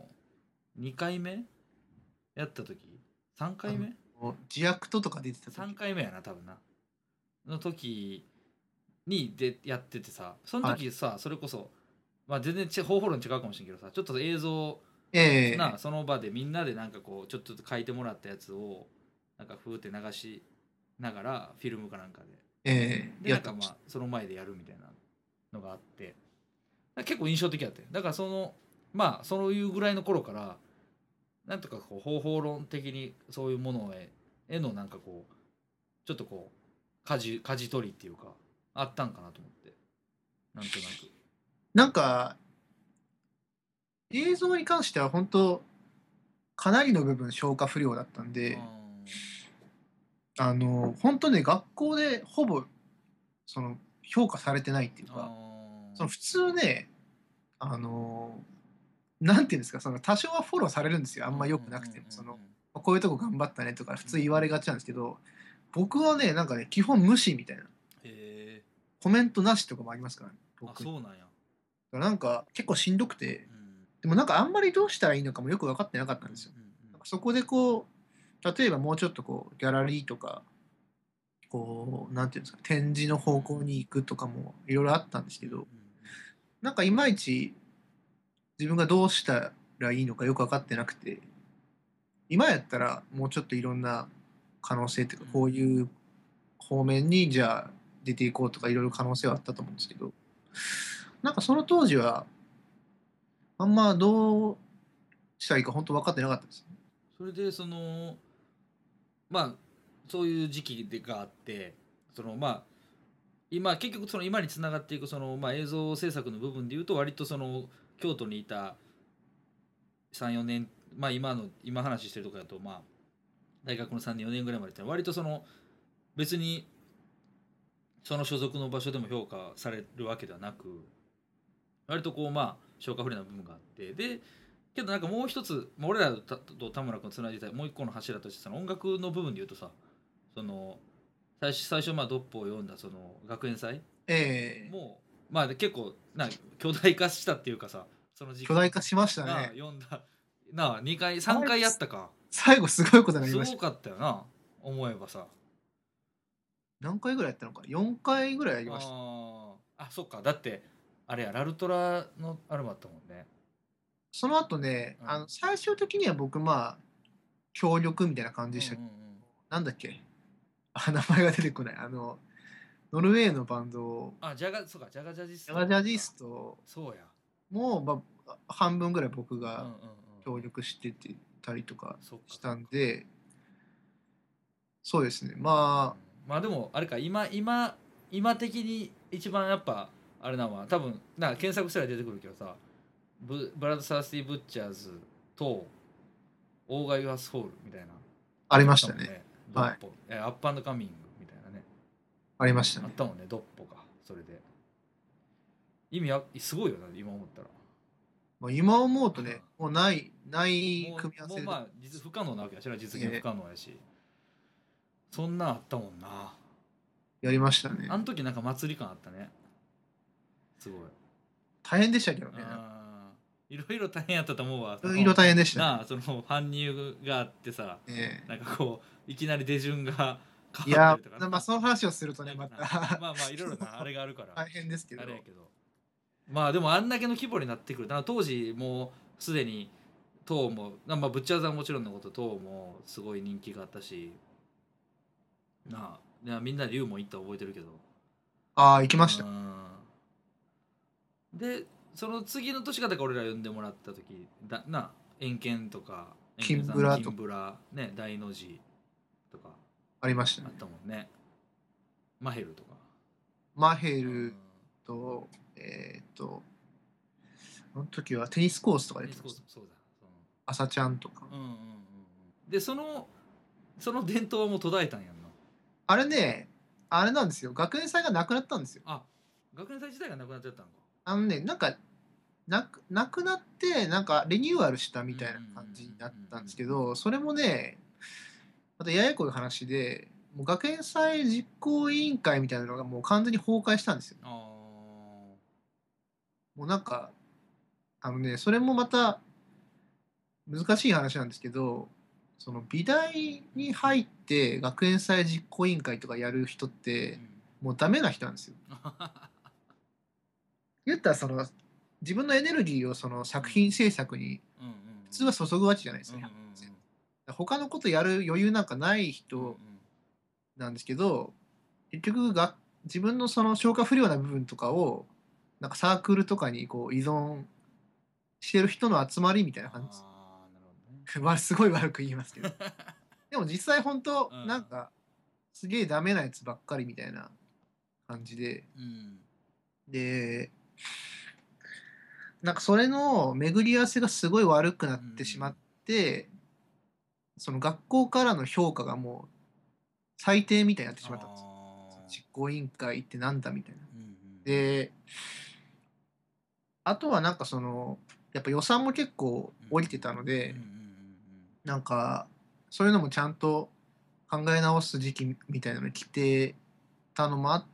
2回目やった時3 あの、 回目自アクトとか出てた 3 時。 回目やな多分なの時にやっててさそのはい。 時さそれこそまあ全然方法論違うかもしれんけどさちょっと映像ええ、 その場でみんなでなんかこうちょっと書いてもらったやつをなんかふーって流しながらフィルムかなんかええ、 でなんかやってました。 まあその前でやるみたいなのがあって結構印象的だったよだからまあそういうぐらいの頃からなんとかこう方法論的にそういうものへのなんかこうちょっとこう舵取りっていうかあったんかなと思ってなんとなく。 なんか、映像に関しては本当かなりの部分消化不良だったんあで、 ー本当ね、学校でほぼ、評価されてないっていうか、 あ普通ね、あの、なんていうんですか、多少はフォローされるんですよ、あんま良くなくても。こういうとこ頑張ったねとか普通言われがちなんですけど、僕はね、なんかね、基本無視みたいな。 へえコメントなしとかもありますからね、 あ僕。だかそうなんやらなんか結構しんどくて、 うんでもなんかあんまりどうしたらいいのかもよく分かってなかったんですよ。なんかそこでこう、例えばもうちょっとこう、ギャラリーとか、こう、なんていうんですか、展示の方向に行くとかもいろいろあったんですけど、なんかいまいち自分がどうしたらいいのかよく分かってなくて、今やったらもうちょっといろんな可能性っていうか、こういう方面にじゃあ出ていこうとかいろいろ可能性はあったと思うんですけど、なんかその当時はあんまどうしたらいいか本当分かってなかったですね。 それでまあそういう時期があって、まあ今結局今につながっていくまあ、映像制作の部分でいうと割と京都にいた34年、まあ、今話してるところだと、まあ、大学の3年4年ぐらいまでって割と別にその所属の場所でも評価されるわけではなく、割とまあ消化不良な部分があって、でけどなんかもう一つ、俺らと田村君つないでたもう一個の柱として音楽の部分で言うとさ、最初まあドッポを読んだ学園祭もうまあ結構巨大化したっていうかさ、その時期巨大化しましたね。 読んだ2回3回やったか、 最後すごいことになりました。 すごかったよな、思えばさ。 何回ぐらいやったのか、4回ぐらいやりました。 そっか、だってあれやラルトラのアルバムあったもんね。 その後ね、最終的には僕まあ協力みたいな感じでしたけど、なんだっけ、名前が出てこない、ノルウェーのバンド、 ジャガジャジスト。 ジャガジャジストそうや。 もう、まあ、半分ぐらい僕が協力してたりとかしたんで、そうですね、まあ、 まあでもあれか、今的に一番やっぱあれなのは多分検索したら出てくるけどさ、ブラッドサースティー・ブッチャーズとオーガ・ユア・ソウルみたいなありましたね。 はい、アップアンドカミングみたいなね、 ありましたね。 あったもんね、ドッポが。それで意味すごいよな、今思ったら。 今思うとね、もうない組み合わせで、 もうまあ実不可能なわけやしら、実現不可能やし、そんなんあったもんな。 やりましたね。 あの時なんか祭り感あったね、すごい。 大変でしたけどね。 いろいろ大変やったと思うわ。 いろいろ大変でしたね。 搬入があってさ、なんかいきなり手順が変わったりとか、まあその話をするとね、またまあいろいろなあれがあるから大変ですけど、 あれやけど、まあでもあんだけの規模になってくる。当時もうすでにトーも、まあブッチャーズはもちろんのことトーもすごい人気があったしみんなで龍も行った覚えてるけど、 行きました。 でその次の年がだから俺ら呼んでもらった時円剣とかキンブラね、大の字とかありましたね。 あったもんね。マヘルとか。 マヘルとあの時はテニスコースとか出てました。そうだ。朝ちゃんとか。 でその伝統はもう途絶えたんやんな。 あれね、あれなんですよ。学園祭がなくなったんですよ。 学園祭自体がなくなっちゃったんか。 なんかなくなってなんかリニューアルしたみたいな感じになったんですけど、それもねまたややこい話で、もう学園祭実行委員会みたいなのがもう完全に崩壊したんですよ。もうなんかそれもまた難しい話なんですけど、その美大に入って学園祭実行委員会とかやる人ってもうダメな人なんですよ。言ったら自分のエネルギーを作品制作に普通は注ぐわけじゃないですか。他のことやる余裕なんかない人なんですけど、結局自分の消化不良な部分とかをなんかサークルとかに依存してる人の集まりみたいな感じです。すごい悪く言いますけどでも実際本当なんかすげえダメなやつばっかりみたいな感じで、でなんかそれの巡り合わせがすごい悪くなってしまって、その学校からの評価がもう最低みたいになってしまったんですよ。実行委員会ってなんだみたいな。であとはなんかやっぱ予算も結構降りてたので、なんかそういうのもちゃんと考え直す時期みたいなのに来てたのもあって、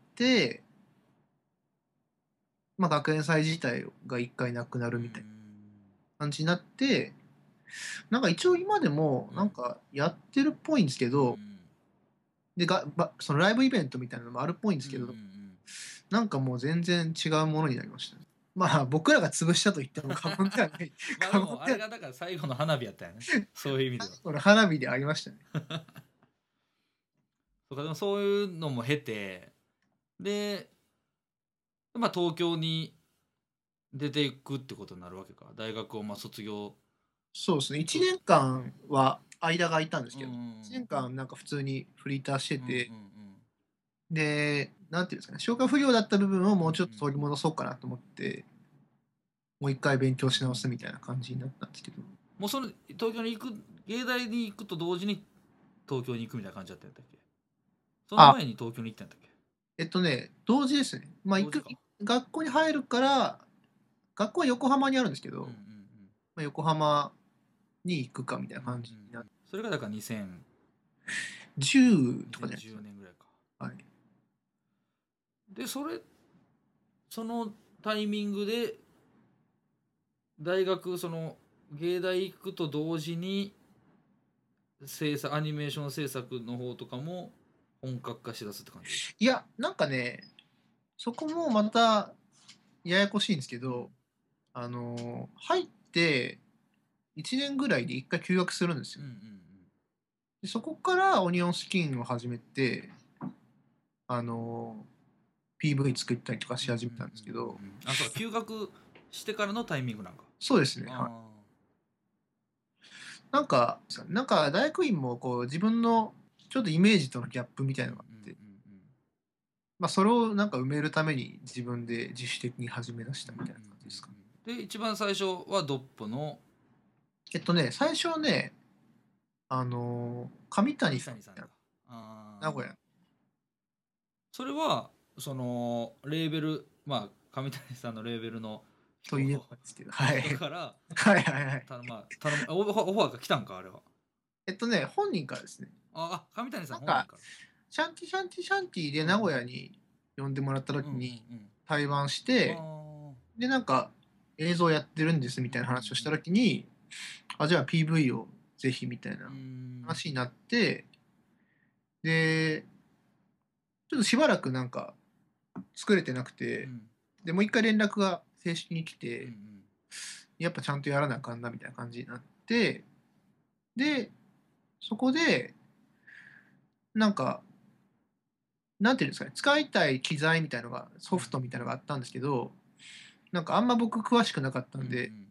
まあ、学園祭自体が一回なくなるみたいな感じになって、なんか一応今でもなんかやってるっぽいんですけど、でそのライブイベントみたいなのもあるっぽいんですけど、なんかもう全然違うものになりましたね。まあ僕らが潰したと言っても過言ではない。 まあでもあれがだから最後の花火やったよね。そういう意味では。 これ花火でありましたね。 そうか、でもそういうのも経て、で、まあ東京に出ていくってことになるわけか。大学を卒業。 そうですね。1年間は間が空いたんですけど、 うんうんうん 1年間なんか普通にフリーターしてうんうんて、で、なんていうんですかね、消化不良だった部分をもうちょっとうんうん取り戻そうかなと思って、もう一回勉強し直すみたいな感じになったんですけど、 もうその東京に行く芸大に行くと同時に東京に行くみたいな感じだったんだっけ？そのあ、 前に東京に行ったんだっけ？ 同時ですね。まあ、 同時か。 学校に入るから、学校は横浜にあるんですけど、 うんうんうんまあ、横浜に行くかみたいなうんうんうん。 感じになって、 それがだから2000 10とかじゃないです 2010 かね。 年ぐらいか。 はい。 でそのタイミングで大学その芸大行くと同時にアニメーション制作の方とかも本格化しだすって感じ？ いや、なんかね、そこもまたややこしいんですけうんど、入って1年ぐらいで1回休学するんですよ。 うんうんで、そこからオニオンスキンを始めて、あの、PV 作ったりとかし始めたんですけど、 あ、そうか、休学してからのタイミングなんか。 そうですね、はい。 あなんか大学院もこう自分のちょっとイメージとのギャップみたいうんなのがあって、まあ、それをなんか埋めるために自分で自主的に始め出したみたいな感じですかね。 で一番最初はドッポの最初はね、上谷さん上谷さんか。 名古屋。 それはそのレーベル、まあ上谷さんのレーベルの人といえばですけど、はい。 人からはいはいはい。 頼むオファーが来たんかあれは。 本人からですね。 上谷さんなんか、 本人から。 シャンティシャンティシャンティで名うん古屋に呼んでもらったうんうん時に対バンしうん。 て、で、なんか映像やってるんですみたいな話をした時に、じゃあ PV をぜひみたいな話になって、で、ちょっとしばらくなんか作れてなくて、で、もう一回連絡が正式に来て、やっぱちゃんとやらなあかんなみたいな感じになって、で、そこで、なんか、なんていうんですかね、使いたい機材みたいのが、ソフトみたいのがあったんですけど、なんかあんま僕詳しくなかったんで、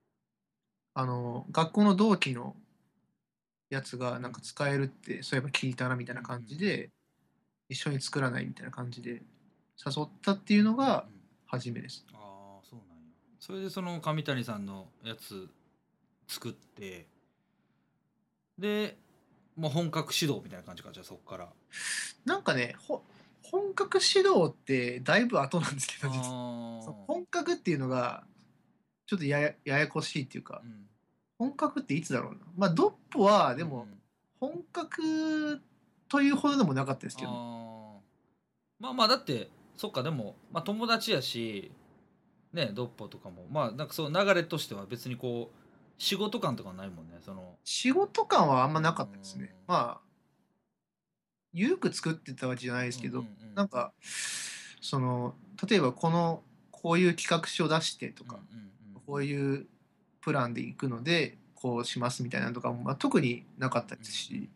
学校の同期のやつがなんか使えるって、そういえば聞いたなみたいな感じで、一緒に作らないみたいな感じで誘ったっていうのが初めです。 ああそうなんや。それでその上谷さんのやつ作ってでもう本格指導みたいな感じか。じゃあそこからなんかね、本格指導ってだいぶ後なんですけど、実は。そのあ本格っていうのが、ちょっとややこしいっていうか、 うん本格っていつだろうな。まあ、ドッポは、でも、 うん本格というほどでもなかったですけど、 まあまあだってそっかでも、まあ、友達やしねドッポとかもまあなんかそう流れとしては別にこう仕事感とかないもんねその仕事感はあんまなかったですね。まあ、ゆるく作ってたわけじゃないですけど、なんか、その、例えばこういう企画書を出してとか、こういうプランで行くので、こうしますみたいなのとかも、まあ、特になかったですし、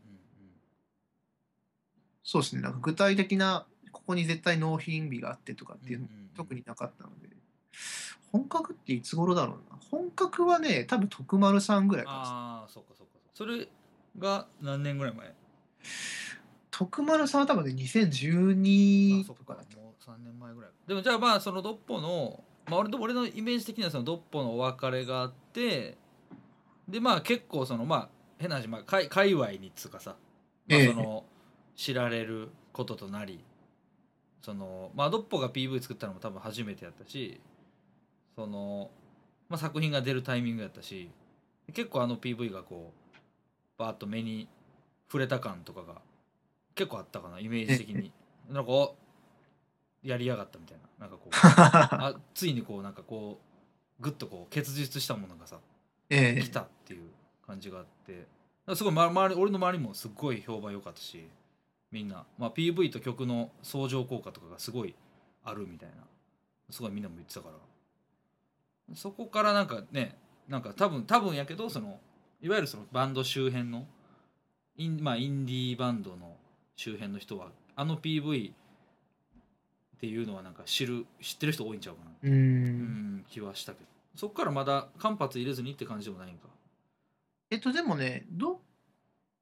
そうですね、なんか具体的な、ここに絶対納品日があってとかっていうのも特になかったので、本格っていつ頃だろうな。本格はね、多分徳丸さんぐらいかもしれない。 ああそっかそっかそれが何年ぐらい前？ 徳丸さんは多分ね、 あ 2012 そっかとかだった。 もう3年前ぐらいでもじゃあまあそのドッポの、まあ、俺のイメージ的にはそのドッポのお別れがあってでまあ結構そのまあ変な話、まあ、界隈にっつうかさまあええ、 その知られることとなりそのまあドッポが PV 作ったのも多分初めてやったしその、まあ、作品が出るタイミングやったし結構あの PV がこうバーッと目に触れた感とかが結構あったかなイメージ的ええ。 になんかやりやがったみたいななんかこうついにこうなんかこうグッとこう結実したものがさ来たええ、 っていう感じがあってだからすごい、俺の周りもすっごい評判良かったしみんな、まあ、PV と曲の相乗効果とかがすごいあるみたいなすごいみんなも言ってたからそこからなんかねなんか多分やけどそのいわゆるそのバンド周辺のまあ、インディーバンドの周辺の人はあの PV っていうのはなんか知ってる人多いんちゃうかなっうてん。 気はしたけどそこからまだ間髪入れずにって感じでもないんか。 でもね、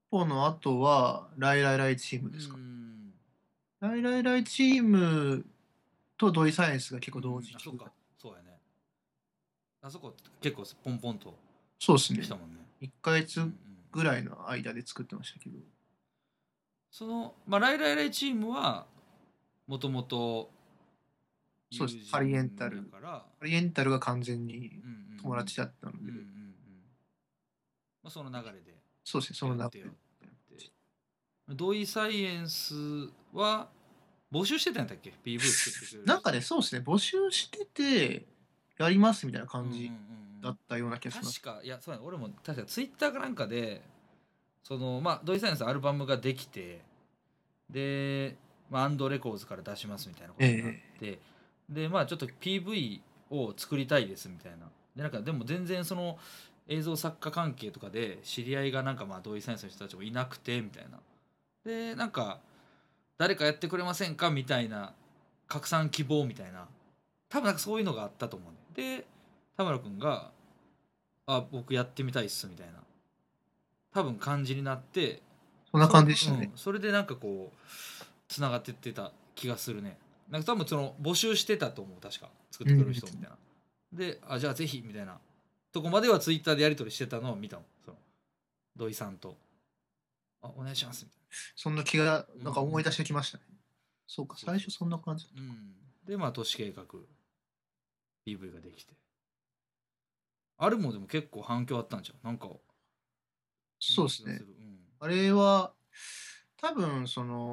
ポの後は、ライライライチームうですか。 んライライライチームと土井サイエンスが結構同時期。 あそっかそうやねあそこ結構ポンポンとそうですね。 来たもんね 1ヶ月うんうんぐらいの間で作ってましたけど。 そのまあライライライチームはもともと友そうです。ハリエンタ人やル。 からハリエンタルが完全にうんうん友達だったので、 うんうんうんまあその流れでそうですね、その中で。 やってよって土井サイエンスは募集してたんだっけ PV 作ってくれる人なんかね、そうですね、募集してて、やりますみたいなうんうんうん感じだったような気がします。 確かいやそうや俺も確かツイッターかなんかでそのまあ土井サイエンスアルバムができてで、まあ、アンドレコーズから出しますみたいなことになっえて、でまあちょっと PV を作りたいですみたいなでなんかでも全然その映像作家関係とかで知り合いがなんかまあ土井サイエンスの人たちもいなくてみたいなでなんか誰かやってくれませんかみたいな拡散希望みたいな多分なんかそういうのがあったと思うねで田村君が「あ僕やってみたいっす」みたいな多分感じになってそんな感じでしたね。 それでなんかこうつながってってた気がするねなんか多分その募集してたと思う確か作ってくれる人みたいな、でじゃあぜひみたいなとこまではツイッターでやり取りしてたのを見たもんその土井さんとお願いしますみたいそんな気が、 ななんか思い出してきましたね。そうか、最初そんな感じだった。 でまあ都市計画 PV ができてあれもでも結構反響あったんじゃんなんかそうですね。 るあれは、多分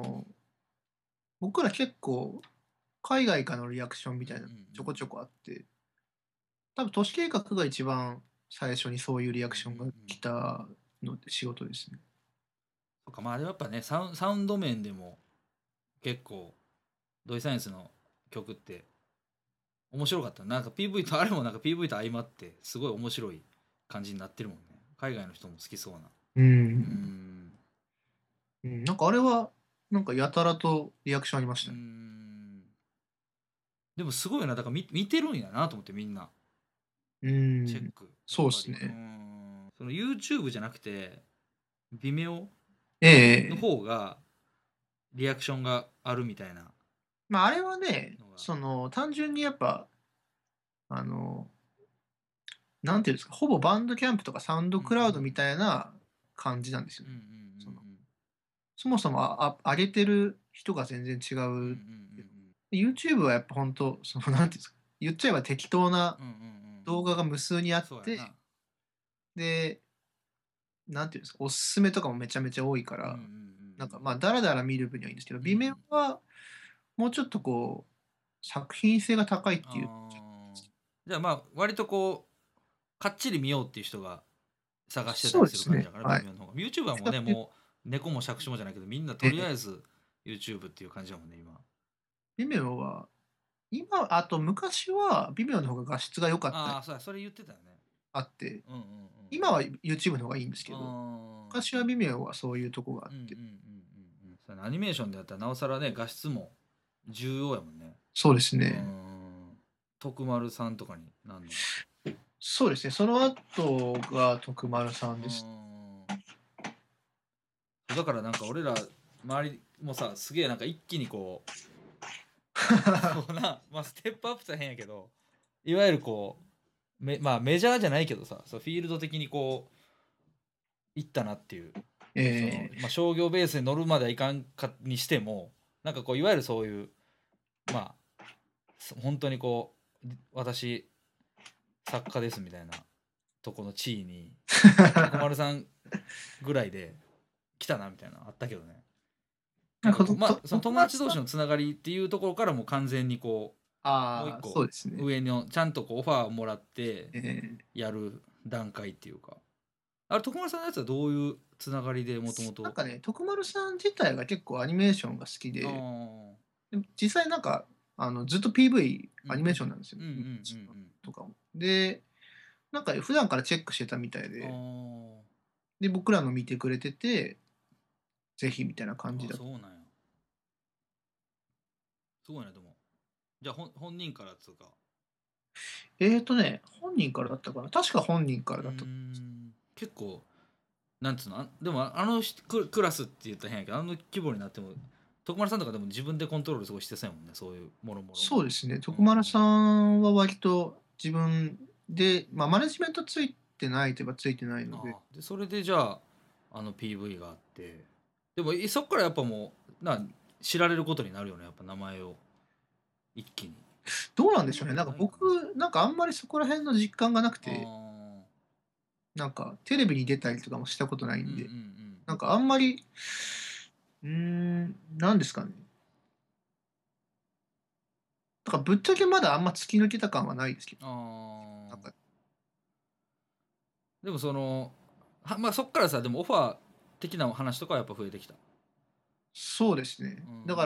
僕ら結構、海外からのリアクションみたいなのちょこちょこあって、多分都市計画が一番最初にそういうリアクションが来たので仕事ですね。 そっかまああれはやっぱねサウンド面でも結構土井サイエンスの曲って面白かったなんか PV とあれもなんか PV と相まってすごい面白い感じになってるもんね海外の人も好きそうなう。 うんなんかあれは、なんかやたらとリアクションありましうたね。 んでもすごいなだから見てるんやなと思ってみんなチェックやっそうでぱりすね。 その YouTube じゃなくて Vimeo えのえ。 方がリアクションがあるみたいなまあ、あれはね、 のが単純にやっぱ、あの、なんていうんですか、ほぼバンドキャンプとかサウンドクラウドみたいな感じなんですよね。その、そもそも、上げてる人が全然違う。YouTube はやっぱ本当なんていうんですか、言っちゃえば適当な動画が無数にあって、 そうやなで、なんていうんですか、おすすめとかもめちゃめちゃ多いかうんうんうら、 んなんか、まあ、だらだら見る分にはいいんですけど、 うん Vimeo はもうちょっとこう、作品性が高いっていう。 じゃあまあ割とこうかっちり見ようっていう人が探してたりするそうですね、 感じだからはい。 微妙の方が YouTube はもうねもう猫も借子もじゃないけどみんなとりあえず YouTube っていう感じだもんね今 Vimeo は、あと昔は Vimeo の方が画質が良かったりああそうやそれ言ってたよねあって、 うんうん今は YouTube の方がいいんですけど、 うん昔は Vimeo はそういうとこがあって、 そうやなアニメーションでやったらなおさらね画質も重要やもんねそうですうね。 ん徳丸さんとかになんのそうですね、その後が徳丸さんうです。 んだからなんか俺ら周りもさすげえなんか一気にこうそうな、まあ、ステップアップとは変やけどいわゆるこうまあメジャーじゃないけどさそうフィールド的にこういったなっていうその、 えまあ、商業ベースに乗るまではいかんかにしてもなんかこういわゆるそういうまあ本当にこう私作家ですみたいなとこの地位に徳丸さんぐらいで来たなみたいなのあったけどねなんかこうまあその友達同士のつながりっていうところからも完全にこうもう一個そうですね。 上のちゃんとこうオファーをもらってえやる段階っていうかあれ徳丸さんのやつはどういうつながりでもともとなんかね、徳丸さん自体が結構アニメーションが好きで、でも実際なんか、ずっと PV アニメーションなんですよ。とかも。で、なんか普段からチェックしてたみたいで、で、僕らの見てくれてて、ぜひみたいな感じだった。 そうなんやすごいねでもじゃあ本人からっつうか本人からだったかな、確か本人からだった。 結構なんつうのでもクラスって言ったら変やけど規模になっても徳丸さんとかでも自分でコントロールすごいしてそうやもんね、そういうもろもろ。 そうですね。 うん徳丸さんは割と自分で、まあ、マネジメントついてないといえばついてないので、 でそれでじゃあPV があって、でもそっからやっぱもう知られることになるよね、やっぱ名前を一気に。 どうなんでしょうね。なんかないか僕、なんかあんまりそこら辺の実感がなくな。 て、なんかテレビに出たりとかもしたことないうんうんうんで、 ん。 なんかあんまり、なんですかね。だからぶっちゃけまだあんま突き抜けた感はないですけど、なんかでもまあそっからさ、でもオファー的な話とかはやっぱ増えてきた。 そうですね。 うんだから、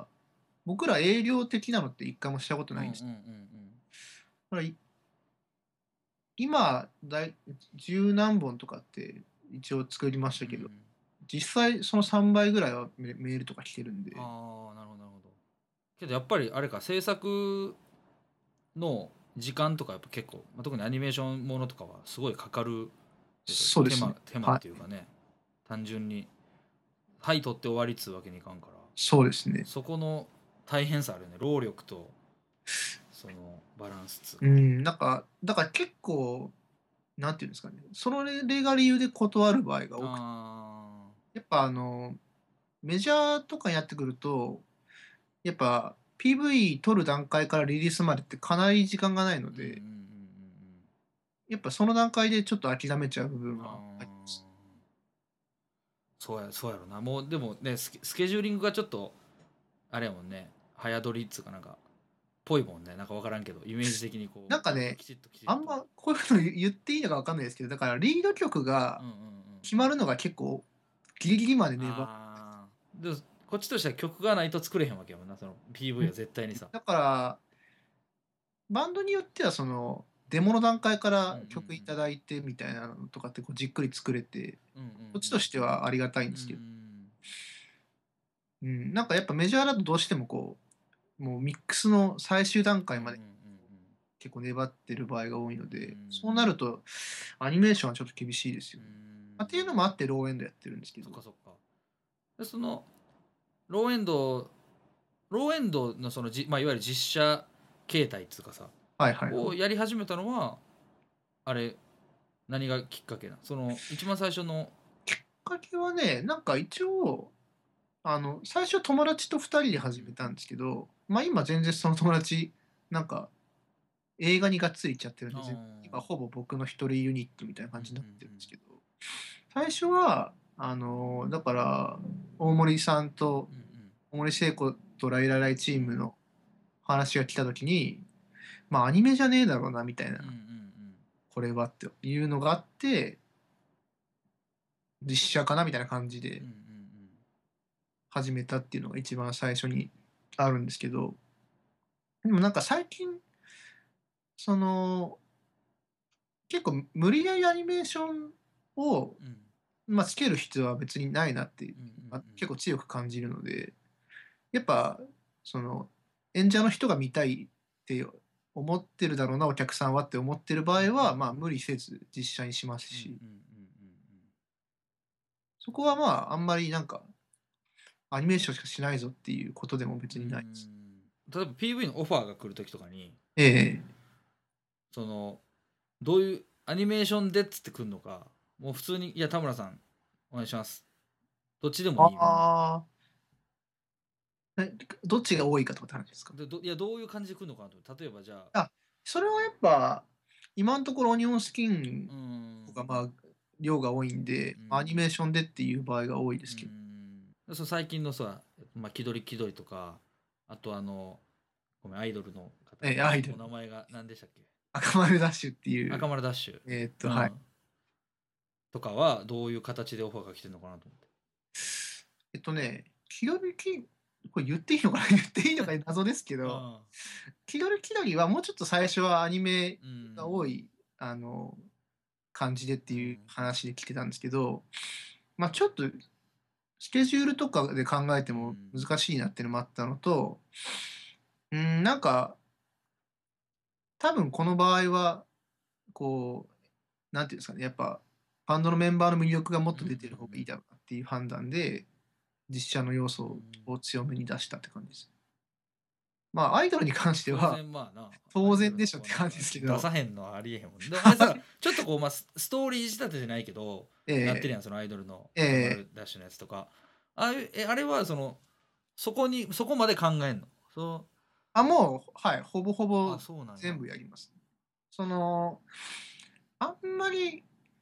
僕ら営業的なのって一回もしたことうんうんうんないんです。だから今十何本とかって一応作りましたけど、実際その3倍ぐらいはメールとか来てるんで、 ああ、なるほどなるほど。けどやっぱりあれか、制作の時間とかやっぱ結構、特にアニメーションものとかはすごいかかるでしょ。 そうですね。 手間っはい。 ていうかね、単純にはい取って終わりっつうわけにいかんから、 そうですね。 そこの大変さあるよね、労力とそのバランスっつうか。 なんか、だから結構、なんていうんですかね、それが理由で断る場合が多くて、 あやっぱメジャーとかになってくると、やっぱ PV 撮る段階からリリースまでってかなり時間がないので、やっぱその段階でちょっと諦めちゃう部分はあります。 そうやろな。もうでもね、スケジューリングがちょっとあれやもんね、早撮りっつうかぽいもんね、なんか分からんけど、イメージ的にこうなんかね、 きちっときちっと。 あんまこういうの言っていいのかわかんないですけど、だからリード曲が決まるのが結構ギリギリまで粘る。 ああ、でもこっちとしては曲がないと作れへんわけやもんな、その PV は絶対にさ。 だから、バンドによってはその、デモの段階から曲いただいてみたいなのとかってこうじっくり作れて、こっちとしてはありがたいんですけど、なんかやっぱメジャーだとどうしてもこう、もうミックスの最終段階まで結構粘ってる場合が多いので、そうなるとアニメーションはちょっと厳しいですよね。っていうのもあってローエンドやってるんですけど。 そっかそっか。でローエンドローエンドのまあ、いわゆる実写形態っていうかさはいはいはい。 をやり始めたのはあれ何がきっかけな、一番最初の。 きっかけはね、なんか一応、最初友達と2人で始めたんですけど、まあ今全然その友達、なんか映画にがっつりいっちゃってるんで、今ほぼ僕の一人ユニットみたいな感じになってるんですけど、最初は、だから、大森さんと、大森聖子とライラライチームの話が来た時に、まあアニメじゃねえだろうな、みたいな、これはっていうのがあって、実写かなみたいな感じで始めたっていうのが一番最初にあるんですけど、でもなんか最近、その、結構無理やりアニメーションを、まあ、つける必要は別にないなって、結構強く感じるので、やっぱ、その、演者の人が見たいって思ってるだろうな、お客さんはって思ってる場合は、まあ、無理せず実写にしますし、そこはまあ、あんまりなんか、アニメーションしかしないぞっていうことでも別にないです。 例えば PV のオファーが来る時とかにええ。 そのどういうアニメーションでっつってくるのか、もう普通にいや田村さんお願いしますどっちでもいいみたいな。 ああ、どっちが多いかとかって話ですか？ いやどういう感じで来るのかなと。例えばじゃあ、それはやっぱ、今のところオニオンスキうンとか、まあ、量が多いんで、アニメーションでっていう場合が多いですけど。 最近のさ、まあ、気取り気取りとか、あとごめんアイドルの方、 アイドル。 お名前が何でしたっけ。 赤丸ダッシュっていう。 赤丸ダッシュ、 はい。 とかはどういう形でオファーが来てるのかなと思って。 気取りこれ言っていいのかな言っていいのか謎ですけど、気取り気取りはもうちょっと最初はアニメが多い、感じでっていう話で来てたんですけど、まあちょっとスケジュールとかで考えても難しいなっていうのもあったのと、なんか、多分この場合は、こう、なんていうんですかね、やっぱ、 バンドのメンバーの魅力がもっと出てる方がいいだろうなっていう判断で、実写の要素を強めに出したって感じです。まあ、アイドルに関して当は、 然まあな、 当アイドル然でしょっての子なんか感じですけど、 出さへんのはありえへんもん。でもあれさ、ちょっとこう、まあ、ストーリー仕立てじゃないけど、なってるえやん、そのアイドルのえええ歌丸ダッシュのやつとか。あれはそこまで考えんのもう、はい、ほぼほぼそうなんや。 全部やります。その、あんまり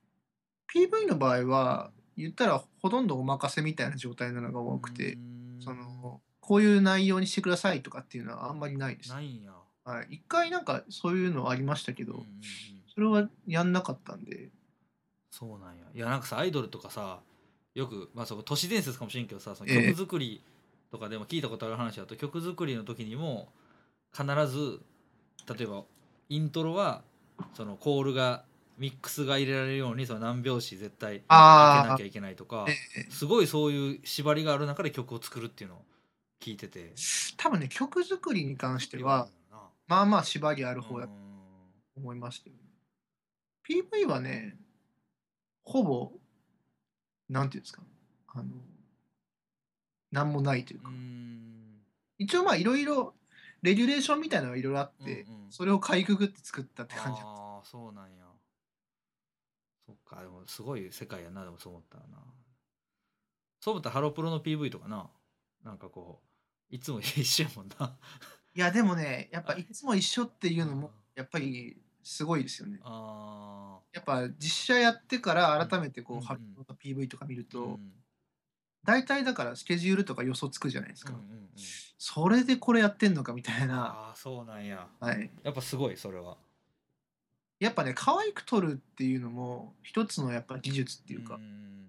PV の場合は、言ったらほとんどお任せみたいな状態なのが多くて、こういう内容にしてくださいとかっていうのはあんまりないです。 ないんや。 はい。一回なんかそういうのありましたけど、 うんうんうん。 それはやんなかったんで。 そうなんや。いやなんかさ、アイドルとかさ、よくまあそこ都市伝説かもしれんけどさ、そのええ。 曲作りとかでも聞いたことある話だと、曲作りの時にも必ず、例えばイントロはそのコールがミックスが入れられるようにその何拍子絶対開けああ、 なきゃいけないとえか、 え。 すごいそういう縛りがある中で曲を作るっていうのを聞いてて。 多分ね、曲作りに関曲作りはあるんしては、 やまあまあ縛りあるな。 方だと思いますけどね。PV はね、ほぼ、なんていうんですか、あの、なんもないといううーか、 ん。 一応まあいろいろレギュレーションみたいなのがいろいろあっうんうん。 て、それをかいくぐって作ったって感じなんです。 そうなんや。そっか、でもすごい世界やな、でもそう思ったらな。そう思ったらハロプロの PV とかな、なんかこう、いつも一緒やもんな。 いやでもね、やっぱあれいつも一緒っていうのも、 あやっぱりすごいですよね。 あやっぱ実写やってから改めてー、 こう、 うんハロプロの PV とか見ると、 うんうん大体だからスケジュールとか予想つくじゃないですか。 うんうんうん。 それでこれやってんのかみたいな、 そうなんや。 はい。 やっぱすごいそれは。 やっぱね、可愛く撮るっていうのも、一つのやっぱ技術ってういうか、 ん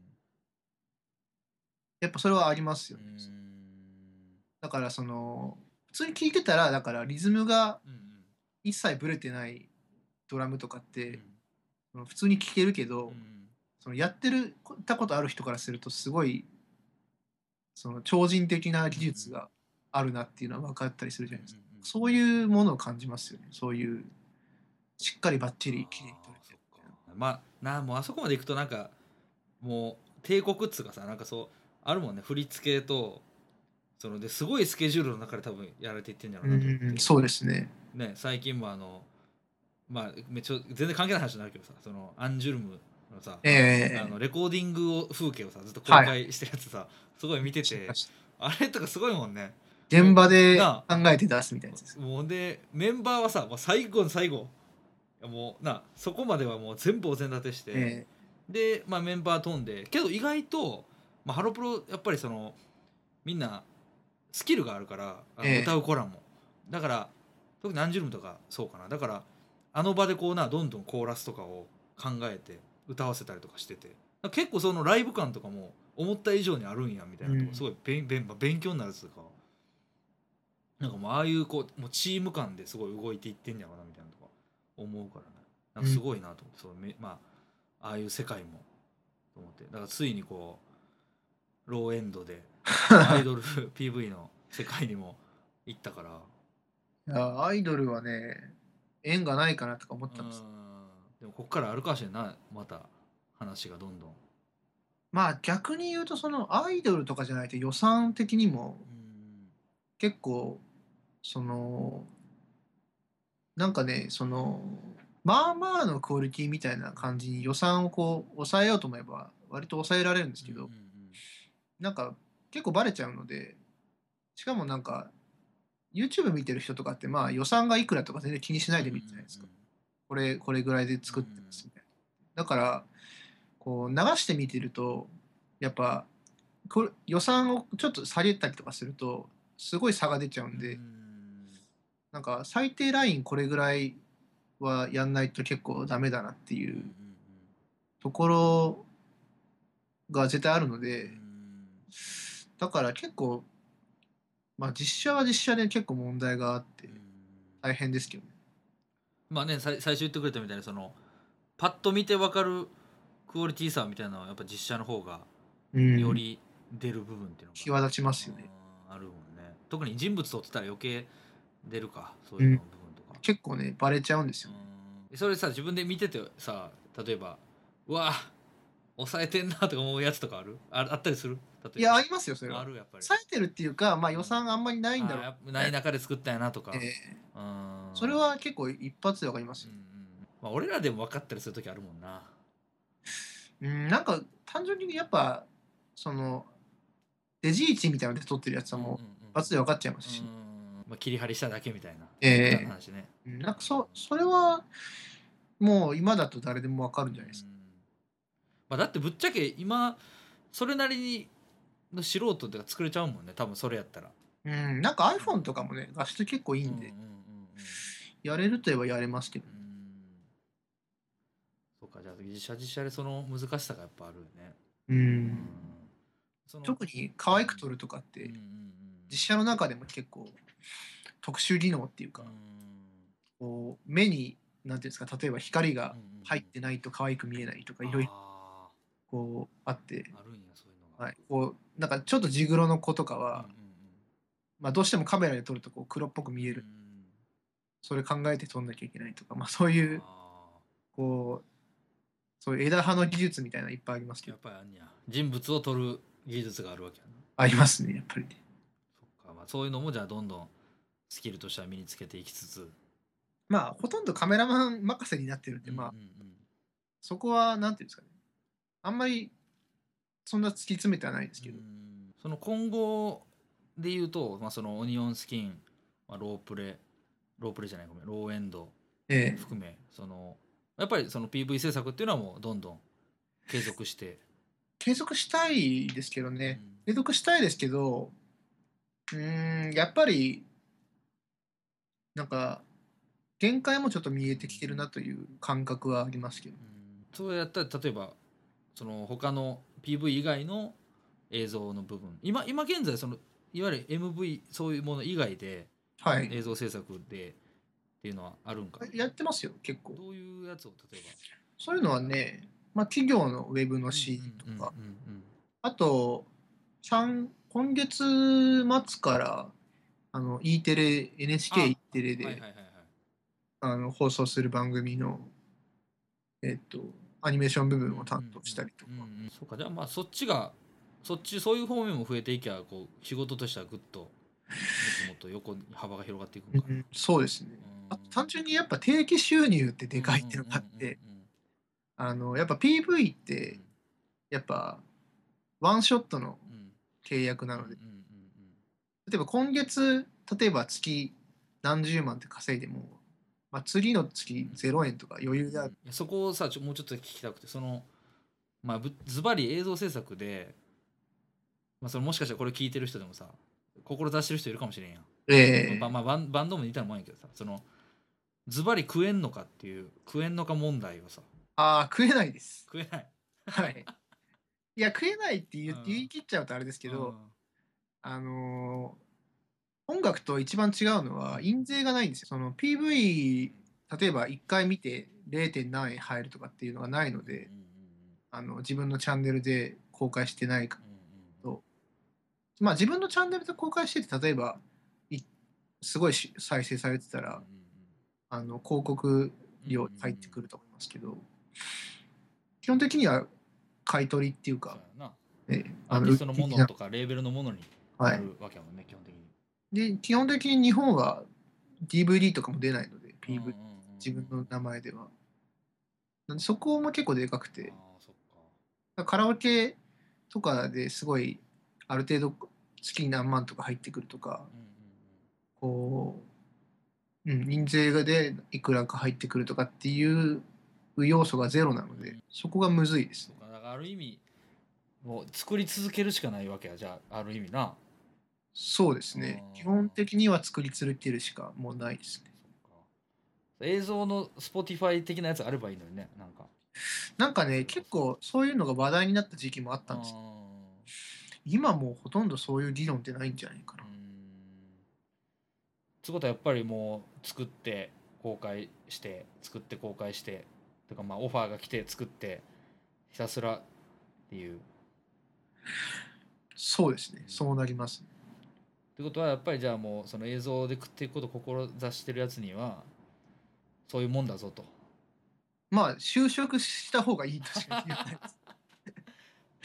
やっぱそれはありますよね。 うん。 だからその、普通に聴いてたら、だからリズムがうん一切ブレてないドラムとかっうんて、その普通に聴けるけど、 うんそのやってるたことある人からするとすごい、その超人的な技術があるなっていうのは分かったりするじゃないですか。そういうものを感じますよね。そういうしっかりバッチリ綺麗に撮れてそっか。 るみたいな。 まあもうあそこまで行くとなんかもう帝国っつうかさ、なんかそうあるもんね、振り付けとですごいスケジュールの中で多分やられていってんだろうなと思って。 そうですね。 ね、最近もまあめっちゃ全然関係ない話になるけどさ、アンジュルムのさ、 ええ、 レコーディング風景をさずっと公はいはい。 開してるやつさ、すごい見てて、 知りました。 あれとかすごいもんね。 現も場でうな考えて出すみたいなやつです。 もうでメンバーはさ、もう最後の最後、もうそこまではもう全部お膳立てして、 ええ、 で、まあ、メンバー飛んでけど意外と、まあ、ハロプロやっぱりみんなスキルがあるから歌ええ、 う子らもだから特にナンジュルムとかそうかな、だからあの場でこうどんどんコーラスとかを考えて歌わせたりとかしてて、結構そのライブ感とかも思った以上にあるんやみたいなとこすごい勉強になるっつうか、なんかもうああいうもうチーム感ですごい動いていってんやろなみたいなとか思うからね、なんかすごいなと思って、まあああいう世界もと思って、だからついにローエンドでアイドル PV の世界にも行ったから。 いや、アイドルはね、縁がないかなとか思っうたんです。 でもこっからあるかもしれんない、また話がどんどん。 まあ、逆に言うとそのアイドルとかじゃないと予算的にも結構、その、なんかね、その、まあまあのクオリティみたいな感じに予算をこう抑えようと思えば、割と抑えられるんですけど、なんか結構バレちゃうので、しかもなんか、YouTube 見てる人とかって、まあ、予算がいくらとか全然気にしないで見るじゃないですか。これぐらいで作ってますみたいな。だから、こう流して見てると、やっぱ、予算をちょっと下げたりとかすると、すごい差が出ちゃうんで、なんか最低ラインこれぐらいはやんないと結構ダメだなっていうところが絶対あるので、だから結構、まあ実写は実写で結構問題があって大変ですけどね。 まあね、最初言ってくれたみたいにパッと見て分かるクオリティさみたいなのはやっぱ実写の方がうん、 より出る部分っていうのが際立ちますよね。 あるもんね。特に人物撮ってたら余計出るか、そううん、 いうの部分とか。 結構ね、バレちゃうんですよね。 それさ自分で見ててさ、例えばうわ抑えてんなとか思うやつとかあったりする？例えばいや、ありますよ、それは。 あるやっぱり。 冴えてるっていうか、まあ予算あんまりないんだろう、 やっぱない中で作ったんやなとか。 ええうーん。 それは結構一発でわかりますよ。 まあ、俺らでも分かったりする時あるもんな。 なんか単純にやっぱ、その、デジ位置みたいなので撮ってるやつはもう一発で分かっちゃいますし。 まあ、切り張りしただけみたいな。 ええ極端な話ね。 なんかそれは、もう今だと誰でも分かるんじゃないですか。 まあ、だってぶっちゃけ今それなりにの素人で作れちゃうもんね、多分それやったら。 なんか iPhone とかもね、画質結構いいんで、やれるといえばやれますけど。 そうか、じゃあ自社でその難しさがやっぱあるよね。その特に可愛く撮るとかって、実写の中でも結構特殊技能っていうか、こう目に、なんていうんですか、例えば光が入ってないと可愛く見えないとか、いろいろこうあって、 あるんやそういうのが。 はい、こうなんかちょっと地黒の子とかは、まあ、どうしてもカメラで撮るとこう黒っぽく見える。それ考えて撮んなきゃいけないとか、まあ、そういうこうそういう枝葉の技術みたいなのいっぱいありますけど。 やっぱりあんや。人物を撮る技術があるわけやな。 ありますね、やっぱりね。 そっか、まあ、そういうのもじゃあどんどんスキルとしては身につけていきつつ。 まあ、ほとんどカメラマン任せになってるんで、まあ、そこはなんていうんですかね。あんまりそんな突き詰めてはないですけど。 その今後で言うと、まあ、そのオニオンスキン、まあ、ロープレじゃないごめんローエンド含め、そのやっぱりその PV 制作っていうのはもうどんどん継続して継続したいですけどね。継続したいですけど、やっぱり、なんか、限界もちょっと見えてきてるなという感覚はありますけど。 そうやったら例えばその他の PV 以外の映像の部分今現在そのいわゆる MV そういうもの以外ではい。 映像制作でっていうのはあるんかな。 やってますよ、結構。 どういうやつを例えば。 そういうのはね、まあ、企業のウェブの C とか、あと、今月末から、E テレ、NHK E テレで、放送する番組の、アニメーション部分を担当したりとか。 そうか、じゃあまあそっちそういう方面も増えていきゃこう仕事としてはぐっともっともっと横に幅が広がっていくんかな。 そうですね。あと単純にやっぱ定期収入ってでかいっていうのがあって、やっぱ PV ってやっぱワンショットの契約なので、例えば今月例えば月何十万って稼いでも、まあ、次の月0円とか余裕である。 そこをさもうちょっと聞きたくて、そのまあズバリ映像制作で、まあ、そのもしかしたらこれ聞いてる人でもさ志してる人いるかもしれんやん。まあバンドも似たようなもんやけどさ、そのズバリ食えんのかっていう食えんのか問題をさ。 食えないです。 食えない。 はい。いや、食えないって言い切っちゃうとあれですけど、音楽と一番違うのは印税がないんですよ。その PV、例えば1回見て 0. 何円入るとかっていうのがないので、自分のチャンネルで公開してないかと、まあ自分のチャンネルで公開してて、例えばすごい再生されてたら、広告料入ってくると思いますけど、基本的には買い取りっていうか、 アーティストのものとかレーベルのものになるわけやもんね、基本的に。 で、基本的に日本は DVD とかも出ないので、PV、自分の名前では。なんでそこも結構でかくて、カラオケとかですごい、ある程度月に何万とか入ってくるとか、こう、印税がでいくらか入ってくるとかっていう要素がゼロなので、そこがむずいです。 だからある意味、もう作り続けるしかないわけや、じゃあ、ある意味な。 そうですね。基本的には作り続けるしかもうないですね。 映像の Spotify 的なやつあればいいのにね、なんか。 なんかね、結構そういうのが話題になった時期もあったんですけど、今もうほとんどそういう議論ってないんじゃないかな。 ってことはやっぱりもう作って公開して作って公開してとか、まあオファーが来て作ってひたすらっていう。 そうですね、そうなりますね。 ってことはやっぱりじゃあもうその映像で食っていくことを志してるやつにはそういうもんだぞと。 まあ就職した方がいいとしか言えないです。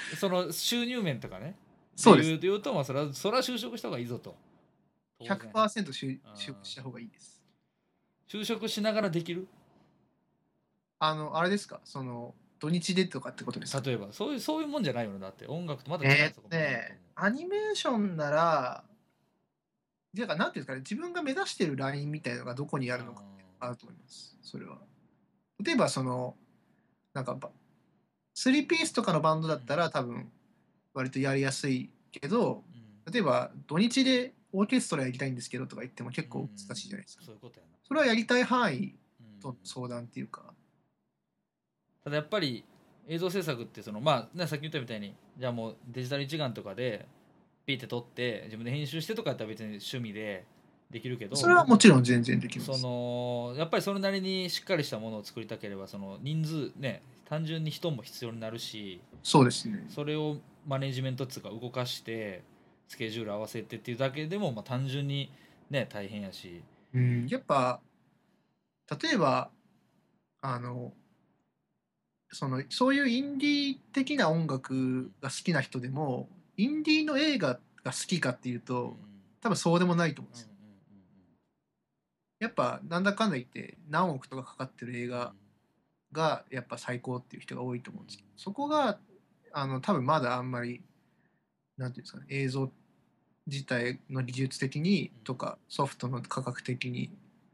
その収入面とかねそうです。 言うと、まあそれは就職した方がいいぞと。当然。 100% 就職した方がいいです。 就職しながらできる。 あれですか、その、土日でとかってことですか？ 例えばそういうもんじゃないよね。だって音楽とまた違うそこもあると思アニメーションなら、てか、なんていうんですかね、自分が目指してるラインみたいなのがどこにあう。 るのかっていうのがあると思います。それは。例えば、その、なんか3ピースとかのバンドだったら多分割とやりやすいけど、例えば土日でオーケストラやりたいんですけどとか言っても結構難しいじゃないですか。 そういうことやな。 それはやりたい範囲と相談っていうか。 ただやっぱり映像制作ってまあ、ね、さっき言ったみたいにじゃあもうデジタル一眼とかでピーって撮って自分で編集してとかやったら別に趣味でできるけど、 それはもちろん全然できます。 やっぱりそれなりにしっかりしたものを作りたければ人数ね単純に人も必要になるし、 そうですね。 それをマネジメントっていうか動かしてスケジュール合わせてっていうだけでも、まあ、単純にね大変やし、 やっぱ例えばあのそういうインディー的な音楽が好きな人でもインディーの映画が好きかっていうと多分そうでもないと思うんですよ。やっぱなんだかんだ言って何億とかかかってる映画がやっぱ最高っていう人が多いと思うんですけど、そこが多分まだあんまりなんていうんですかね、映像自体の技術的にとかソフトの価格的に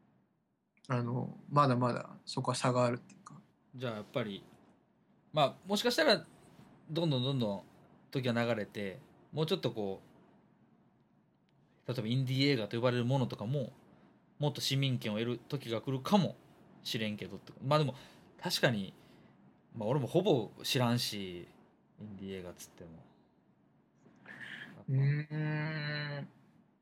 まだまだそこは差があるっていうか。 じゃあやっぱりまあもしかしたらどんどん時が流れてもうちょっと例えばインディー映画と呼ばれるものとかももっと市民権を得る時が来るかもしれんけどってまあでも確かに、まあ、俺もほぼ知らんしインディー映画っつってもうーん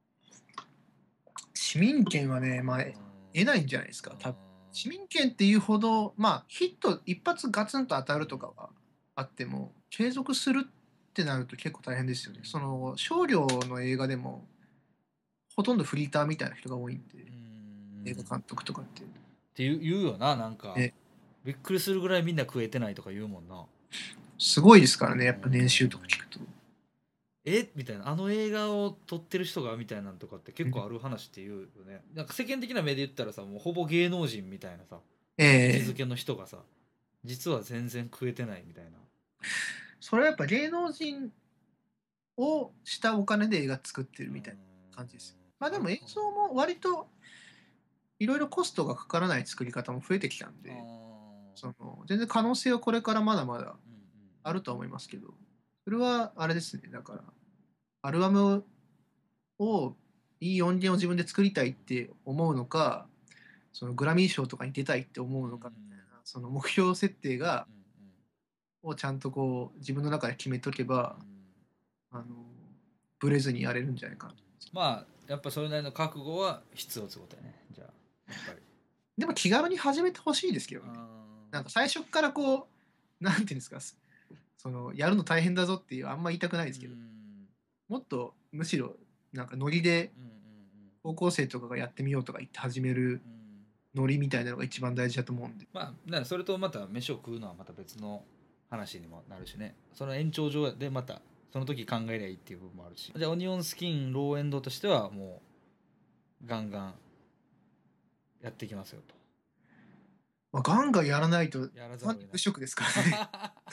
市民権はね、まあ、得ないんじゃないですか、多分。市民権っていうほど、まあ、ヒット一発ガツンと当たるとかはあっても、継続するってなると結構大変ですよね。その、少量の映画でも、ほとんどフリーターみたいな人が多いんで、映画監督とかって。 って言うよな、なんかね、 びっくりするぐらいみんな食えてないとか言うもんな。 すごいですからね、やっぱ年収とか聞くと。 みたいな、あの映画を撮ってる人がみたいなんとかって結構ある話って言うよね。なんか世間的な目で言ったらさ、もうほぼ芸能人みたいなさ位置づけの人がさ、実は全然食えてないみたいな。 それはやっぱ芸能人をしたお金で映画作ってるみたいな感じです。まあでも映像も割といろいろコストがかからない作り方も増えてきたんで、全然可能性はこれからまだまだあるとは思いますけど、それはあれですね、だから、アルバムをいい音源を自分で作りたいって思うのか、そのグラミー賞とかに出たいって思うのかみたいな、その目標設定をちゃんとこう自分の中で決めとけば、あのブレずにやれるんじゃないかなと。 まあやっぱそれなりの覚悟は必要ってことやね。じゃあやっぱりでも気軽に始めてほしいですけどね。なんか最初からこう、なんていうんですか、そのやるの大変だぞっていうあんま言いたくないですけど、もっとむしろなんかノリで高校生とかがやってみようとか言って始めるノリみたいなのが一番大事だと思うんで。 まあそれとまた飯を食うのはまた別の話にもなるしね。その延長上でまたその時考えりゃいいっていう部分もあるし、じゃあオニオンスキンローエンドとしてはもうガンガンやっていきますよと。 まあ、ガンガンやらないとやらざるを得ない無職ですからね。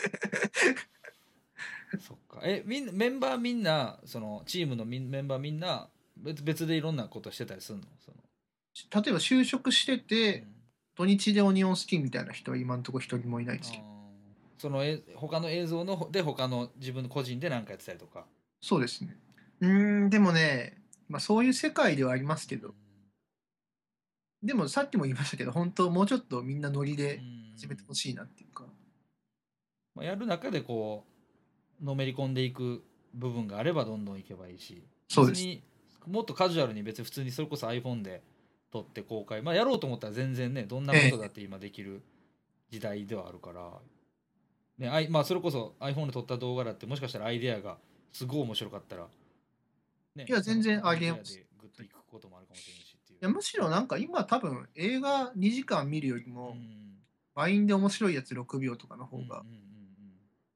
そっか。メンバーみんなそのチームのメンバーみんな別でいろんなことしてたりするの？ 例えば就職してて、土日でオニオンスキンみたいな人は今のところ一人もいないですけど。 他の映像ので他の自分の個人で何かやってたりとか。 そうですね。でもね、まあ、そういう世界ではありますけど、でもさっきも言いましたけど、本当もうちょっとみんなノリで始めてほしいなっていうか。 まあ、やる中でのめり込んでいく部分があればどんどんいけばいいし、 そうです。 別にもっとカジュアルに別に普通にそれこそ iPhone で撮って公開、まあやろうと思ったら全然ねどんなことだって今できる時代ではあるから、ね、まあそれこそ iPhone で撮った動画だってもしかしたらアイデアがすごい面白かったら、ね、 いや、全然あげアイデアます。 でグッといくこともあるかもしれないしっていう。 いや、むしろなんか今多分映画2時間見るよりも、ワインで面白いやつ6秒とかの方が、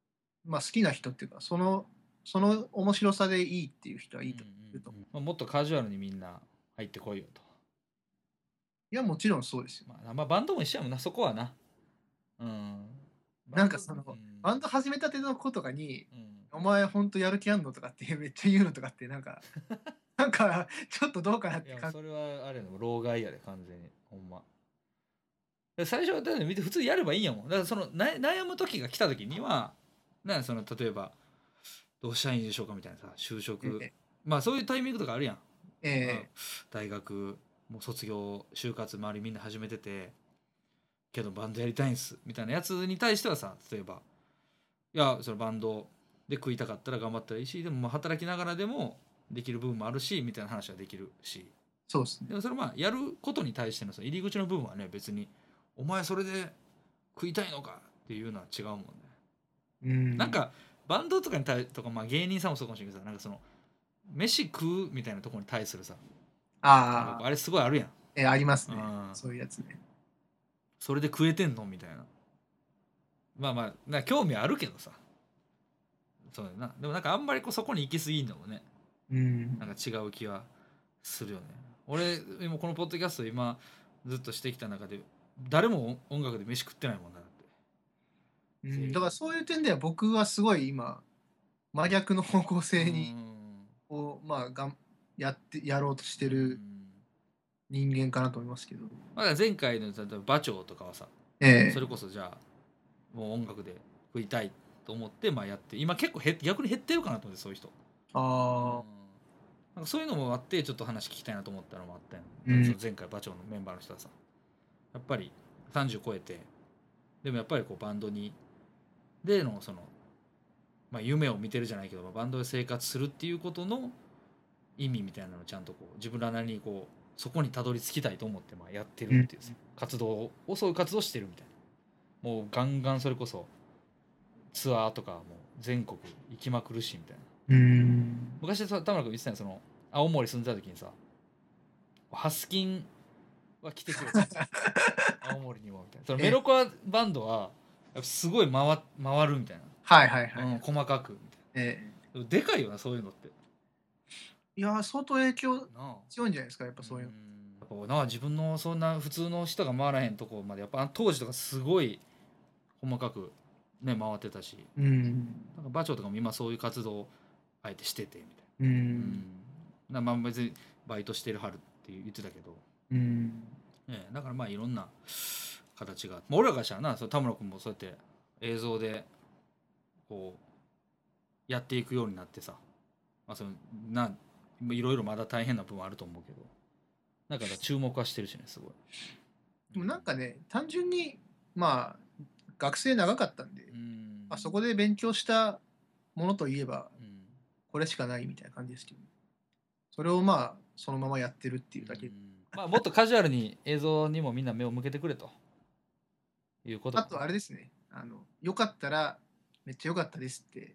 まあ、好きな人っていうか、その面白さでいいっていう人はいいと思う。 まあ、もっとカジュアルにみんな入ってこいよと。 いや、もちろんそうですよ。 まあバンドも一緒やもんな、そこはな。うん。バンド、 なんかバンド始めたての子とかに、 うん。 お前ほんとやる気あんのとかってめっちゃ言うのとかってなんかちょっとどうかなっいや、 て感じ。 それはあれやの、老害やで、完全に。ほんま。で最初はだって見て普通にやればいいんやもん。だからその悩む時が来た時には、例えば、どうしたらいいんでしょうかみたいなさ、就職。 えまあそういうタイミングとかあるやん。まあえ大学、もう卒業、就活周りみんな始めてて、けどバンドやりたいんす。みたいなやつに対してはさ、例えば、いや、そのバンドで食いたかったら頑張ったらいいし、でもまあ働きながらでもできる部分もあるし、みたいな話はできるし。 そうですね。 でもそれまあやることに対してのその入り口の部分はね、別にお前それで食いたいのかっていうのは違うもんね。なんかバンドとかに対とかまあ芸人さんもそうかもしれないけどさ、なんかその飯食うみたいなところに対するさ、なんかああ、 あれすごいあるやん。 ありますね。 うん。 そういうやつね。 それで食えてんのみたいな。まあまあ興味あるけどさ。そうだな。でもなんかあんまりこうそこに行き過ぎんのもね、なんか違う気はするよね。俺今このポッドキャスト今ずっとしてきた中で誰も音楽で飯食ってないもんな。だってだからそういう点では僕はすごい今、真逆の方向性に、まあ、やろうとしてる人間かなと思いますけど。 まあ前回の例えば馬長とかはさ、それこそじゃあもう音楽で食いたいと思ってまあやって今結構逆に減ってるかなと思ってそういう人。なんかそういうのもあってちょっと話聞きたいなと思ったのもあったよ、その前回馬長のメンバーの人はさやっぱり30超えてでもやっぱりこうバンドにでのその、まあ、夢を見てるじゃないけどバンドで生活するっていうことの意味みたいなのをちゃんとこう自分らなりにこうそこにたどり着きたいと思ってまあやってるっていう活動をそういう活動してるみたいな。もうガンガンそれこそツアーとかも全国行きまくるしみたいな。昔さ田村君言ってたよ、その青森住んでた時にさハスキンは来てくれた青森にもみたいな。そのメロコアバンドはやっぱすごい回るみたいな。 はいはいはい。 細かくみたいな。でかいよなそういうのって。 いや相当影響強いんじゃないですか、やっぱそういうの。 やっぱ自分のそんな普通の人が回らへんとこまでやっぱ当時とかすごい細かくね回ってたし、なんか馬長とかも今そういう活動をあえてしててみたいな。まあ別にバイトしてるはるって言ってたけど、だからまあいろんな形が、俺らからしたらな、その田村君もそうやって映像でこうやっていくようになってさ、まあそのいろいろまだ大変な部分あると思うけど、なんか注目はしてるしねすごい。 でもなんかね、単純にまあ学生長かったんで、そこで勉強したものといえばこれしかないみたいな感じですけど、それをまあそのままやってるっていうだけ。 まあもっとカジュアルに映像にもみんな目を向けてくれということあとあれですね、よかったらめっちゃ良かったですって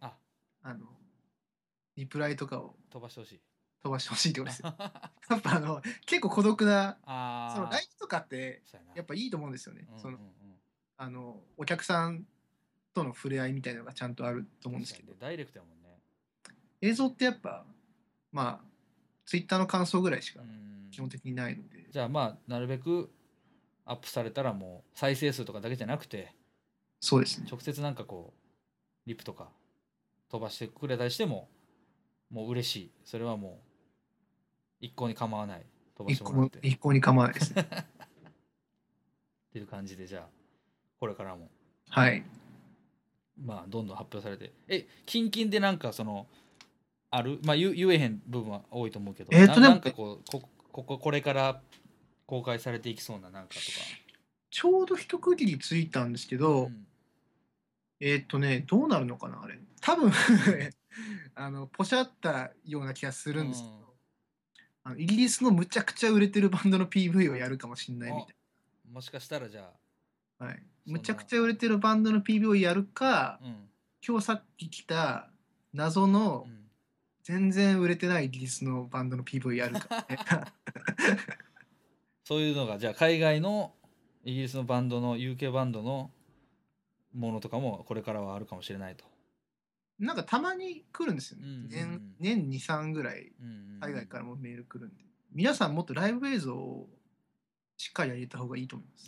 リプライとかを飛ばしてほしいってことですよ。やっぱ結構孤独な、そのライブとかってやっぱいいと思うんですよね。お客さんとの触れ合いみたいなのがちゃんとあると思うんですけど、 ダイレクトやもんね。 映像ってやっぱまあツイッターの感想ぐらいしか基本的にないので、 じゃあまあなるべくアップされたらもう再生数とかだけじゃなくて、 そうですね、 直接なんかこうリプとか飛ばしてくれたりしてももう嬉しい。それはもう一向に構わない。飛ばしてもらって一向に構わないですね。 っていう感じで、じゃあこれからもはいまあどんどん発表されて、近々でなんかそのある、まあ言えへん部分は多いと思うけど、なんかこうこれから公開されていきそうななんかとか。 ちょうど一区切りついたんですけど、どうなるのかなあれ。多分ポシャったような気がするんですけど、イギリスのむちゃくちゃ売れてるバンドの PV をやるかもしれないみたいな。もしかしたらじゃあ。はい。むちゃくちゃ売れてるバンドの PV をやるか、今日さっき来た謎の全然売れてないイギリスのバンドの PV をやるか、ね。 そういうのがじゃあ海外のイギリスのバンドの UK バンドのものとかもこれからはあるかもしれないと。 なんかたまに来るんですよね、年2、3ぐらい海外からもメール来るんで、皆さんもっとライブ映像をしっかり入れた方がいいと思います。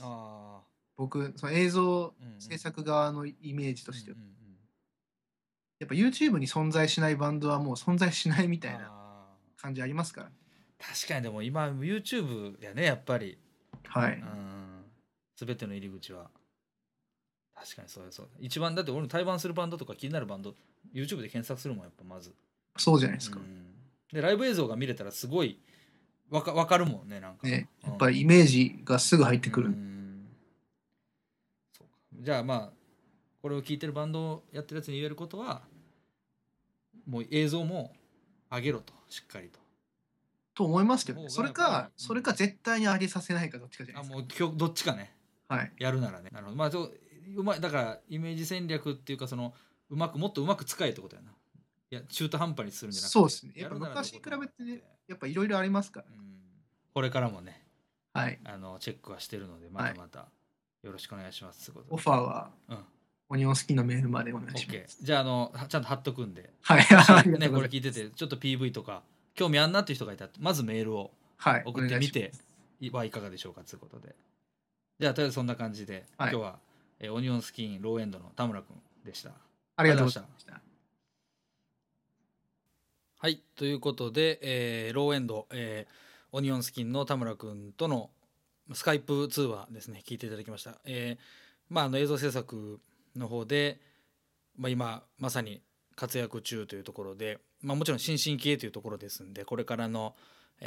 僕その映像制作側のイメージとしては、やっぱ YouTube に存在しないバンドはもう存在しないみたいな感じありますから。 確かにでも今 YouTube やねやっぱり。 はい。 全ての入り口は確かにそう一番だって俺の対バンするバンドとか気になるバンド YouTube で検索するもんやっぱまず。 そうじゃないですか。 でライブ映像が見れたらすごいわかるもんねなんか。 ね、やっぱりイメージがすぐ入ってくる。 そうか。じゃあまあこれを聞いてるバンドをやってるやつに言えることはもう映像も上げろとしっかりと。 と思いますけどね。それか絶対に上げさせないかどっちかじゃないですか。 もうどっちかね。 はい。 やるならね。なるほど。まあうまいだからイメージ戦略っていうかそのもっとうまく使えってことやな。いや中途半端にするんじゃなくて。 そうですね。やっぱ昔に比べてね、やっぱいろいろありますから。 これからもね、 はい。 チェックはしてるのでまたまたよろしくお願いします。 オファーはオニオンスキンのメールまでお願いします。 じゃあちゃんと貼っとくんで。 はい。 ねこれ聞いててちょっと PV とか興味あんなっていう人がいたらまずメールを送ってみてはいかがでしょうかということで。じゃあとりあえずそんな感じで、今日はオニオンスキンローエンドの田村くんでした。 ありがとうございました。 はい、ということで、ローエンド、オニオンスキンの田村くんとのスカイプ通話ですね聞いていただきました。映像制作の方で、今まさに活躍中というところで、もちろん新進気鋭というところですんでこれからの、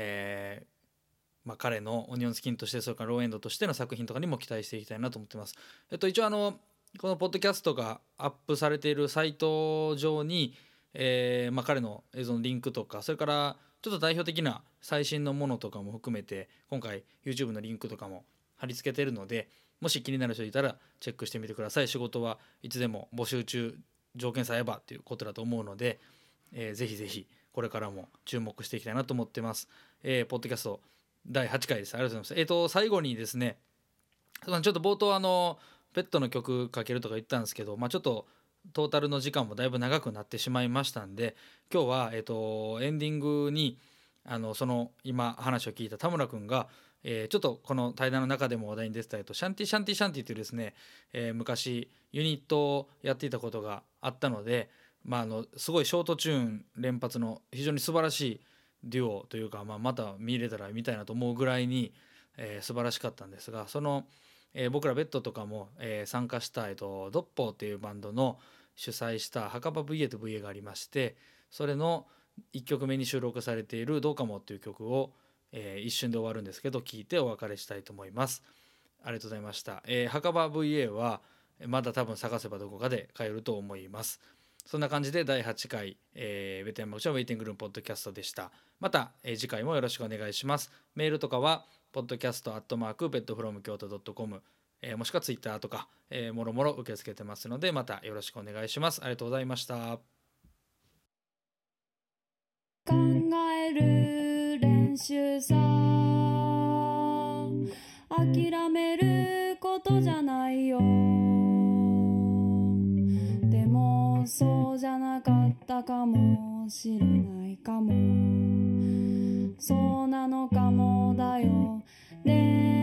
彼のオニオンスキンとしてそれからローエンドとしての作品とかにも期待していきたいなと思ってます。一応このポッドキャストがアップされているサイト上に、彼の映像のリンクとかそれからちょっと代表的な最新のものとかも含めて今回 YouTube のリンクとかも貼り付けているのでもし気になる人いたらチェックしてみてください。仕事はいつでも募集中条件さえ合えばっていうことだと思うので、ぜひぜひこれからも注目していきたいなと思ってます。ポッドキャスト第8回です。ありがとうございます。最後にですねちょっと冒頭ペットの曲かけるとか言ったんですけど、ちょっとトータルの時間もだいぶ長くなってしまいましたんで今日は、エンディングにその今話を聞いた田村くんが、ちょっとこの対談の中でも話題に出てたシャンティシャンティシャンティというですね、昔ユニットをやっていたことがあったので、すごいショートチューン連発の非常に素晴らしいデュオというか、また見れたら見たいなと思うぐらいに、素晴らしかったんですがその、僕らベッドとかも、参加した、ドッポーっていうバンドの主催した墓場 VA と VA がありましてそれの1曲目に収録されているどうかもっていう曲を、一瞬で終わるんですけど聴いてお別れしたいと思います。ありがとうございました。墓場 VA はまだ多分探せばどこかで買えると思います。そんな感じで第8回、ベテランマクションウェイティングルームポッドキャストでした。また、次回もよろしくお願いします。メールとかはpodcast@bedfromkyoto.com、もしくはツイッターとか、もろもろ受け付けてますのでまたよろしくお願いします。ありがとうございました。考える練習さ諦めることじゃないよでもそうじゃなかったかもしれないかもそうなのかもだよね